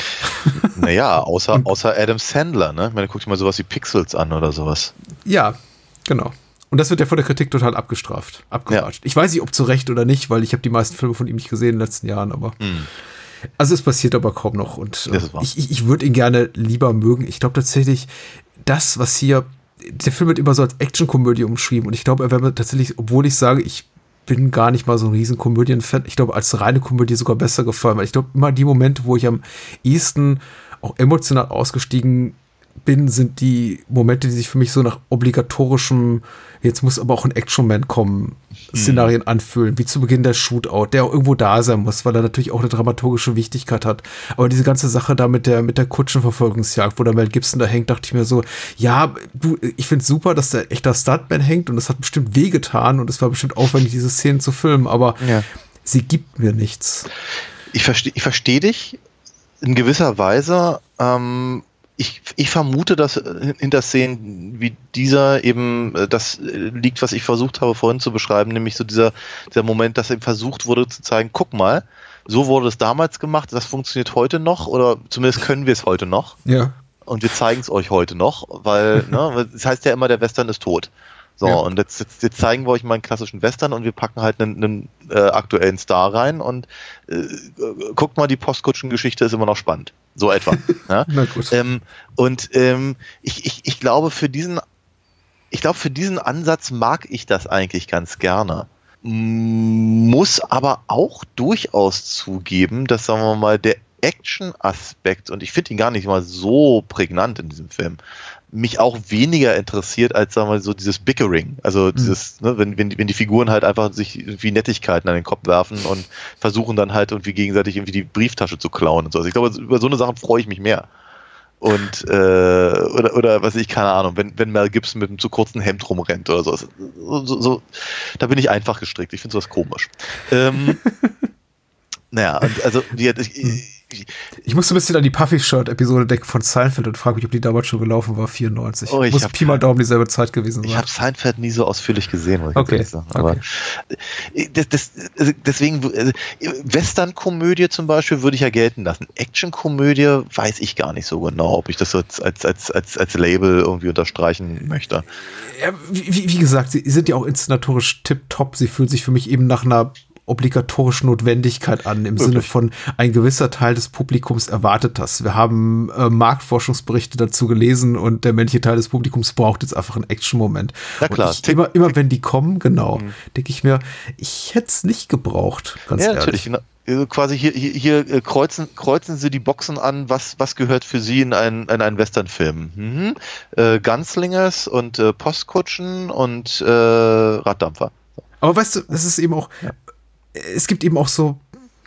Naja, außer, und, außer Adam Sandler, ne? Ich meine, guck dir mal sowas wie Pixels an oder sowas. Ja, genau. Und das wird ja von der Kritik total abgestraft, abgeratscht. Ja. Ich weiß nicht, ob zu Recht oder nicht, weil ich habe die meisten Filme von ihm nicht gesehen in den letzten Jahren, aber mhm. also es passiert aber kaum noch und äh, ich, ich, ich würde ihn gerne lieber mögen. Ich glaube tatsächlich, das, was hier, der Film wird immer so als Actionkomödie umschrieben und ich glaube, er wäre tatsächlich, obwohl ich sage, ich bin gar nicht mal so ein riesen Komödien-Fan, ich glaube, als reine Komödie sogar besser gefallen, weil ich glaube, immer die Momente, wo ich am ehesten auch emotional ausgestiegen bin, sind die Momente, die sich für mich so nach obligatorischem, jetzt muss aber auch ein Action-Man kommen, Szenarien mhm. anfühlen, wie zu Beginn der Shootout, der auch irgendwo da sein muss, weil er natürlich auch eine dramaturgische Wichtigkeit hat. Aber diese ganze Sache da mit der, mit der Kutschenverfolgungsjagd, wo der Mel Gibson da hängt, dachte ich mir so, ja, du, ich finde es super, dass der echter Stuntman hängt und das hat bestimmt wehgetan und es war bestimmt aufwendig, diese Szenen zu filmen, aber ja. sie gibt mir nichts. Ich verstehe ich versteh dich in gewisser Weise. Ähm, ich, ich vermute, dass hinter Szenen wie dieser eben das liegt, was ich versucht habe vorhin zu beschreiben, nämlich so dieser, dieser Moment, dass eben versucht wurde zu zeigen, guck mal, so wurde es damals gemacht, das funktioniert heute noch oder zumindest können wir es heute noch. Ja. Und wir zeigen es euch heute noch, weil, ne, das heißt ja immer, der Western ist tot. So, ja. Und jetzt, jetzt, jetzt zeigen wir euch mal einen klassischen Western und wir packen halt einen, einen äh, aktuellen Star rein und äh, guckt mal, die Postkutschen-Geschichte ist immer noch spannend. So etwa. Ja? Na gut. Ähm, und ähm, ich, ich, ich glaube, für diesen, ich glaube, für diesen Ansatz mag ich das eigentlich ganz gerne. Muss aber auch durchaus zugeben, dass, sagen wir mal, der Action-Aspekt, und ich finde ihn gar nicht mal so prägnant in diesem Film, mich auch weniger interessiert als, sagen wir mal, so dieses Bickering. Also dieses, mhm. ne, wenn, wenn, wenn die Figuren halt einfach sich irgendwie Nettigkeiten an den Kopf werfen und versuchen dann halt irgendwie gegenseitig irgendwie die Brieftasche zu klauen und so. Also ich glaube, über so eine Sache freue ich mich mehr. Und, äh, oder, oder was ich, keine Ahnung, wenn, wenn Mel Gibson mit einem zu kurzen Hemd rumrennt oder so. So, so, so da bin ich einfach gestrickt. Ich finde sowas komisch. ähm, naja, und also, die, ich, ich, Ich musste ein bisschen an die Puffy-Shirt-Episode denken von Seinfeld und frage mich, ob die damals schon gelaufen war, vierundneunzig. Oh, ich muss hab, Pi mal Daumen dieselbe Zeit gewesen sein. Ich habe Seinfeld nie so ausführlich gesehen, muss ich okay. ganz ehrlich sagen. Aber okay. das, das, deswegen, Western-Komödie zum Beispiel würde ich ja gelten lassen. Action-Komödie weiß ich gar nicht so genau, ob ich das so als, als, als, als Label irgendwie unterstreichen möchte. Ja, wie, wie gesagt, sie sind ja auch inszenatorisch tipptopp. Sie fühlen sich für mich eben nach einer obligatorische Notwendigkeit an, im Wirklich? Sinne von, ein gewisser Teil des Publikums erwartet das. Wir haben äh, Marktforschungsberichte dazu gelesen und der männliche Teil des Publikums braucht jetzt einfach einen Action-Moment. Ja klar. Und ich, immer, immer wenn die kommen, genau, mhm. denke ich mir, ich hätte es nicht gebraucht, ganz ja, ehrlich. Natürlich, genau. Also quasi hier, hier, hier kreuzen, kreuzen sie die Boxen an, was, was gehört für sie in einen, in einen Western-Film. Mhm. Äh, Gunslingers und äh, Postkutschen und äh, Raddampfer. Aber weißt du, das ist eben auch, ja. es gibt eben auch so,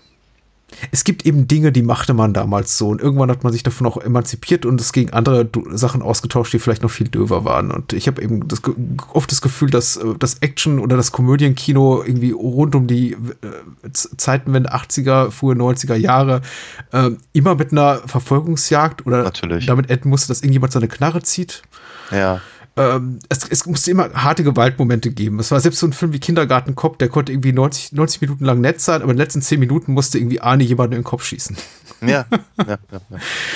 es gibt eben Dinge, die machte man damals so und irgendwann hat man sich davon auch emanzipiert und es gegen andere Sachen ausgetauscht, die vielleicht noch viel döver waren. Und ich habe eben das, oft das Gefühl, dass das Action- oder das Komödienkino irgendwie rund um die äh, Zeitenwende achtziger, frühe neunziger Jahre äh, immer mit einer Verfolgungsjagd oder Natürlich. damit enden musste, dass irgendjemand seine Knarre zieht. Ja. Ähm, es, es musste immer harte Gewaltmomente geben. Es war selbst so ein Film wie Kindergarten Cop, der konnte irgendwie neunzig, neunzig Minuten lang nett sein, aber in den letzten zehn Minuten musste irgendwie Arnie jemanden in den Kopf schießen. Ja, ja, ja. ja.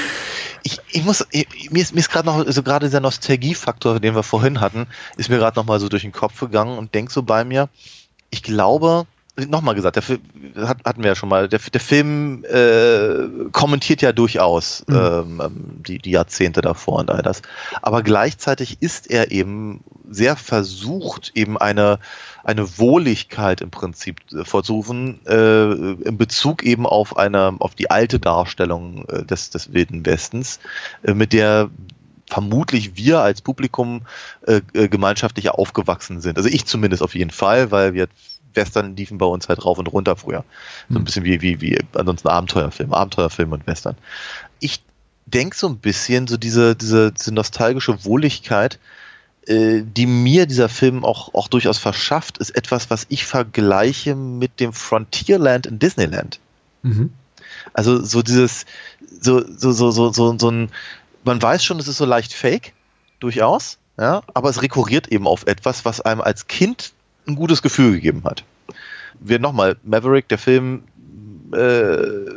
Ich, ich muss, ich, mir ist, mir ist gerade noch, also gerade dieser Nostalgiefaktor, den wir vorhin hatten, ist mir gerade noch mal so durch den Kopf gegangen und denk so bei mir, ich glaube, nochmal gesagt, der Film, hat, hatten wir ja schon mal, der, der Film äh, kommentiert ja durchaus mhm. ähm, die, die Jahrzehnte davor und all das. Aber gleichzeitig ist er eben sehr versucht, eben eine, eine Wohligkeit im Prinzip vorzurufen, äh, in Bezug eben auf eine, auf die alte Darstellung äh, des, des Wilden Westens, äh, mit der vermutlich wir als Publikum äh, gemeinschaftlich aufgewachsen sind. Also ich zumindest auf jeden Fall, weil wir Western liefen bei uns halt rauf und runter früher. So ein bisschen wie, wie, wie ansonsten Abenteuerfilm, Abenteuerfilm und Western. Ich denke so ein bisschen, so diese, diese, diese nostalgische Wohligkeit, äh, die mir dieser Film auch, auch durchaus verschafft, ist etwas, was ich vergleiche mit dem Frontierland in Disneyland. Mhm. Also so dieses, so, so, so, so, so, so ein, man weiß schon, es ist so leicht fake, durchaus, ja, aber es rekurriert eben auf etwas, was einem als Kind ein gutes Gefühl gegeben hat. Wir nochmal, Maverick, der Film, äh,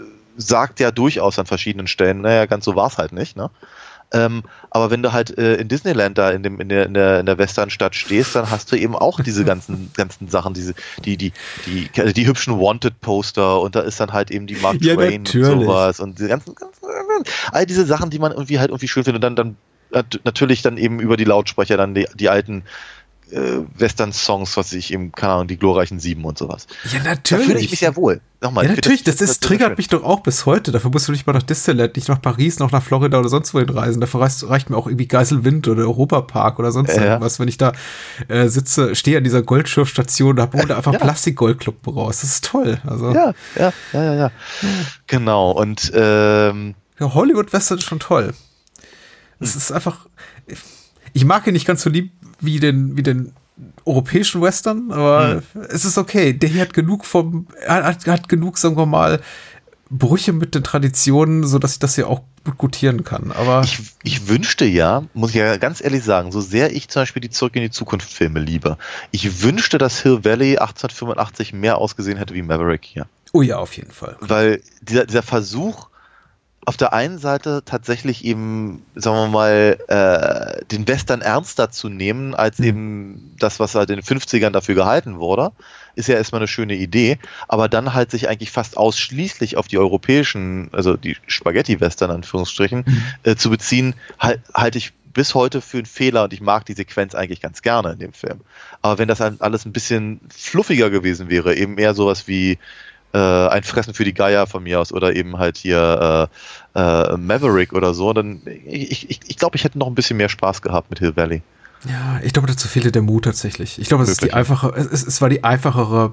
sagt ja durchaus an verschiedenen Stellen, naja, ganz so war es halt nicht, ne? Ähm, aber wenn du halt äh, in Disneyland da in dem in der in der in der Westernstadt stehst, dann hast du eben auch diese ganzen ganzen Sachen, diese die die die die, die hübschen Wanted-Poster und da ist dann halt eben die Mark ja, Twain natürlich. und sowas und diese ganzen, ganzen all diese Sachen, die man irgendwie halt irgendwie schön findet und dann dann natürlich dann eben über die Lautsprecher dann die die alten Äh, Western-Songs, was ich eben, keine Ahnung, die glorreichen Sieben und sowas. Ja, natürlich. Da fühle ich mich sehr wohl. Nochmal. Ja, natürlich, das, das, ist, das triggert mich doch auch bis heute. Dafür musst du nicht mal nach Disneyland, nicht nach Paris, noch nach Florida oder sonst wohin reisen. Dafür reicht, reicht mir auch irgendwie Geiselwind oder Europapark oder sonst äh, irgendwas. Wenn ich da äh, sitze, stehe an dieser Goldschürfstation, da holen da einfach ja. Plastik-Goldklumpen raus. Das ist toll. Also. Ja, ja, ja, ja, ja. Genau. Und ähm, ja, Hollywood-Western ist schon toll. Es hm. ist einfach, ich mag ihn nicht ganz so lieb wie den, wie den europäischen Western, aber hm. es ist okay. Der hier hat genug vom, hat, hat genug, sagen wir mal, Brüche mit den Traditionen, sodass ich das hier auch gut gutieren kann. Aber ich, ich wünschte ja, muss ich ja ganz ehrlich sagen, so sehr ich zum Beispiel die Zurück in die Zukunft Filme liebe, ich wünschte, dass Hill Valley achtzehnhundertfünfundachtzig mehr ausgesehen hätte wie Maverick hier. Oh ja, auf jeden Fall. Weil dieser, dieser Versuch, auf der einen Seite tatsächlich eben, sagen wir mal, äh, den Western ernster zu nehmen, als mhm. eben das, was halt in den fünfzigern dafür gehalten wurde, ist ja erstmal eine schöne Idee, aber dann halt sich eigentlich fast ausschließlich auf die europäischen, also die Spaghetti-Western in Anführungsstrichen, mhm. äh, zu beziehen, halt, halte ich bis heute für einen Fehler und ich mag die Sequenz eigentlich ganz gerne in dem Film. Aber wenn das alles ein bisschen fluffiger gewesen wäre, eben eher sowas wie ein Fressen für die Geier von mir aus oder eben halt hier äh, äh, Maverick oder so, dann ich, ich, ich glaube, ich hätte noch ein bisschen mehr Spaß gehabt mit Hill Valley. Ja, ich glaube, dazu fehlte der Mut tatsächlich. Ich glaube, es ist die einfache, es, es war die einfachere,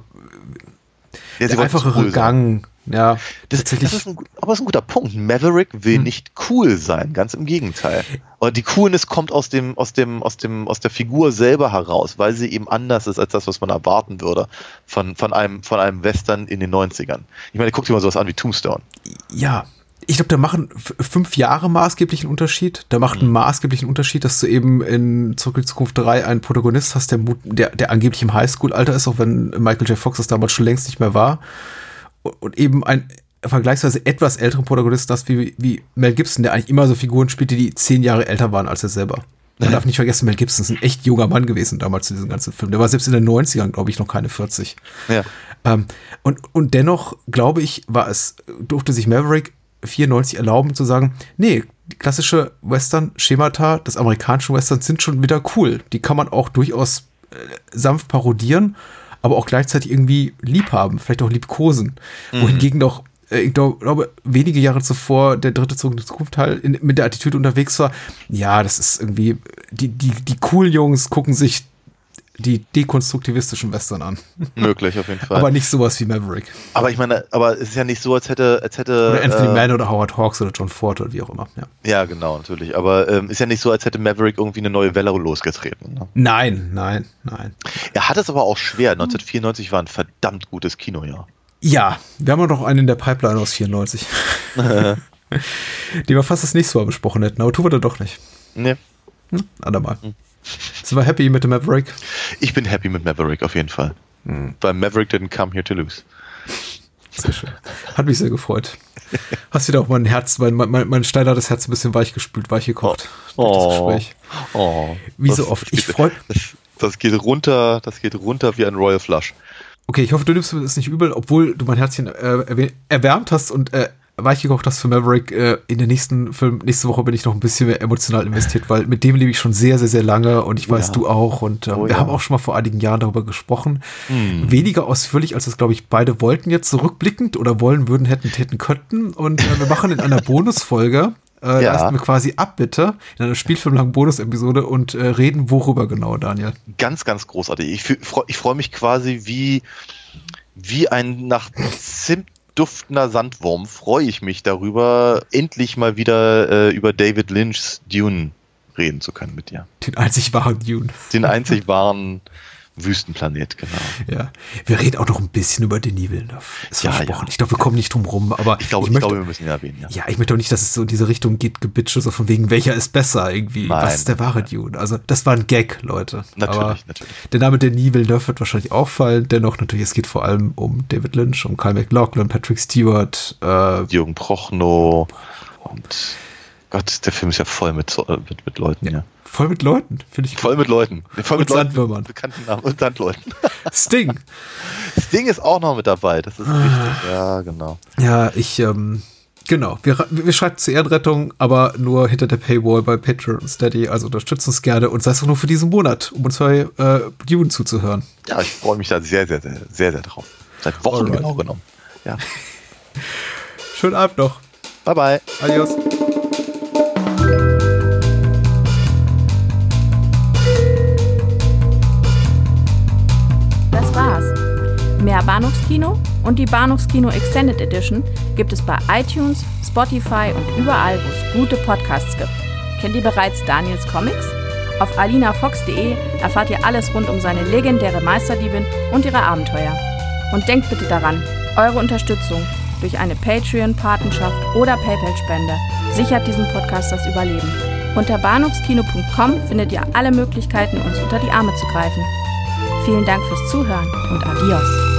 ja, der einfachere Gang. Ja, das, tatsächlich. Das ist ein, aber das ist ein guter Punkt. Maverick will hm. nicht cool sein, ganz im Gegenteil. Aber die Coolness kommt aus dem, aus dem, aus dem, aus der Figur selber heraus, weil sie eben anders ist als das, was man erwarten würde von, von einem, von einem Western in den neunzigern. Ich meine, guck dir mal sowas an wie Tombstone. Ja. Ich glaube, da machen f- fünf Jahre maßgeblichen Unterschied. Da macht einen maßgeblichen Unterschied, dass du eben in Zurück in die Zukunft drei einen Protagonist hast, der, der, der angeblich im Highschool-Alter ist, auch wenn Michael J. Fox das damals schon längst nicht mehr war. Und, und eben ein vergleichsweise etwas älteren Protagonist hast, wie, wie Mel Gibson, der eigentlich immer so Figuren spielte, die zehn Jahre älter waren als er selber. Man darf nicht vergessen, Mel Gibson ist ein echt junger Mann gewesen damals zu diesem ganzen Film. Der war selbst in den neunzigern, glaube ich, noch keine vierzig. Ja. Ähm, und, und dennoch, glaube ich, war es, durfte sich Maverick vierundneunzig erlauben zu sagen, nee, die klassische Western-Schemata des amerikanischen Westerns sind schon wieder cool. Die kann man auch durchaus äh, sanft parodieren, aber auch gleichzeitig irgendwie lieb haben, vielleicht auch liebkosen. Mhm. Wohingegen doch, äh, ich glaube, wenige Jahre zuvor der dritte Zurück in die Zukunft Teil in, mit der Attitüde unterwegs war, ja, das ist irgendwie, die, die, die coolen Jungs gucken sich die dekonstruktivistischen Western an. Möglich, auf jeden Fall. Aber nicht sowas wie Maverick. Aber ich meine, aber es ist ja nicht so, als hätte, als hätte oder Anthony äh, Mann oder Howard Hawks oder John Ford oder wie auch immer. Ja, ja genau, natürlich. Aber ähm, ist ja nicht so, als hätte Maverick irgendwie eine neue Welle losgetreten. Ne? Nein, nein, nein. Er hat es aber auch schwer. neunzehnhundertvierundneunzig war ein verdammt gutes Kinojahr. Ja, wir haben noch einen in der Pipeline aus vierundneunzig. Die wir fast das nächste Mal besprochen hätten, aber tun wir da doch nicht. Nee. Hm, andermal. Hm. Sind wir happy mit dem Maverick? Ich bin happy mit Maverick, auf jeden Fall. Hm. Weil Maverick didn't come here to lose. Sehr schön. Hat mich sehr gefreut. Hast wieder auch mein Herz, mein, mein, mein steinertes Herz ein bisschen weich gespült, weich gekocht. Oh. Das Gespräch. Oh. Wie das, so oft. Das ich geht, freu- das, das geht runter, das geht runter wie ein Royal Flush. Okay, ich hoffe, du nimmst mir das nicht übel, obwohl du mein Herzchen äh, erwärmt hast und äh, weich gekocht hast für Maverick. Äh, in den nächsten Film, nächste Woche bin ich noch ein bisschen mehr emotional investiert, weil mit dem lebe ich schon sehr, sehr, sehr lange und ich weiß, ja. du auch. Und äh, oh, wir ja. haben auch schon mal vor einigen Jahren darüber gesprochen. Hm. Weniger ausführlich, als das, glaube ich, beide wollten jetzt zurückblickend oder wollen, würden, hätten, täten, könnten. Und äh, wir machen in einer Bonusfolge, äh, ja. leisten wir quasi ab, bitte, in einer spielfilmlangen Bonusepisode und äh, reden worüber genau, Daniel. Ganz, ganz großartig. Ich, freu, ich freue mich quasi wie, wie ein nach Zimt duftender Sandwurm, freue ich mich darüber, endlich mal wieder äh, über David Lynch's Dune reden zu können mit dir. Den einzig wahren Dune. Den einzig wahren Wüstenplanet, genau. Ja, wir reden auch noch ein bisschen über Denis Villeneuve. Ist ja, versprochen. Ja. Ich glaube, wir kommen nicht drum rum, aber ich glaube, ich, ich möchte, glaube, wir müssen ihn erwähnen. Ja. ja, ich möchte auch nicht, dass es so in diese Richtung geht, Gebitsche, so von wegen, welcher ist besser irgendwie. Nein, was ist der wahre Dune? Also, das war ein Gag, Leute. Natürlich, aber natürlich. Der Name Denis Villeneuve wird wahrscheinlich auffallen. Dennoch natürlich, es geht vor allem um David Lynch, um Kyle MacLachlan, Patrick Stewart, äh, Jürgen Prochnow und Gott, der Film ist ja voll mit, mit, mit Leuten, ja. ja. Voll mit Leuten, finde ich. Voll mit Leuten. Voll mit und Leuten, Sandwürmern. Bekannten Namen und Sandleuten. Sting. Sting ist auch noch mit dabei, das ist ah. richtig. Ja, genau. Ja, ich, ähm, genau. Wir, wir schreiten zur Ehrenrettung, aber nur hinter der Paywall bei Patreon und Steady. Also unterstützt uns gerne und sei es auch nur für diesen Monat, um uns bei äh, Dune zuzuhören. Ja, ich freue mich da sehr, sehr, sehr, sehr, sehr drauf. Seit Wochen Alright. genau genommen. Ja. Schönen Abend noch. Bye, bye. Adios. Das war's. Mehr Bahnhofskino und die Bahnhofskino Extended Edition gibt es bei iTunes, Spotify und überall, wo es gute Podcasts gibt. Kennt ihr bereits Daniels Comics? Auf alinafox punkt de erfahrt ihr alles rund um seine legendäre Meisterdiebin und ihre Abenteuer. Und denkt bitte daran, eure Unterstützung durch eine Patreon-Patenschaft oder PayPal-Spende sichert diesem Podcast das Überleben. Unter bahnhofskino punkt com findet ihr alle Möglichkeiten, uns unter die Arme zu greifen. Vielen Dank fürs Zuhören und adios.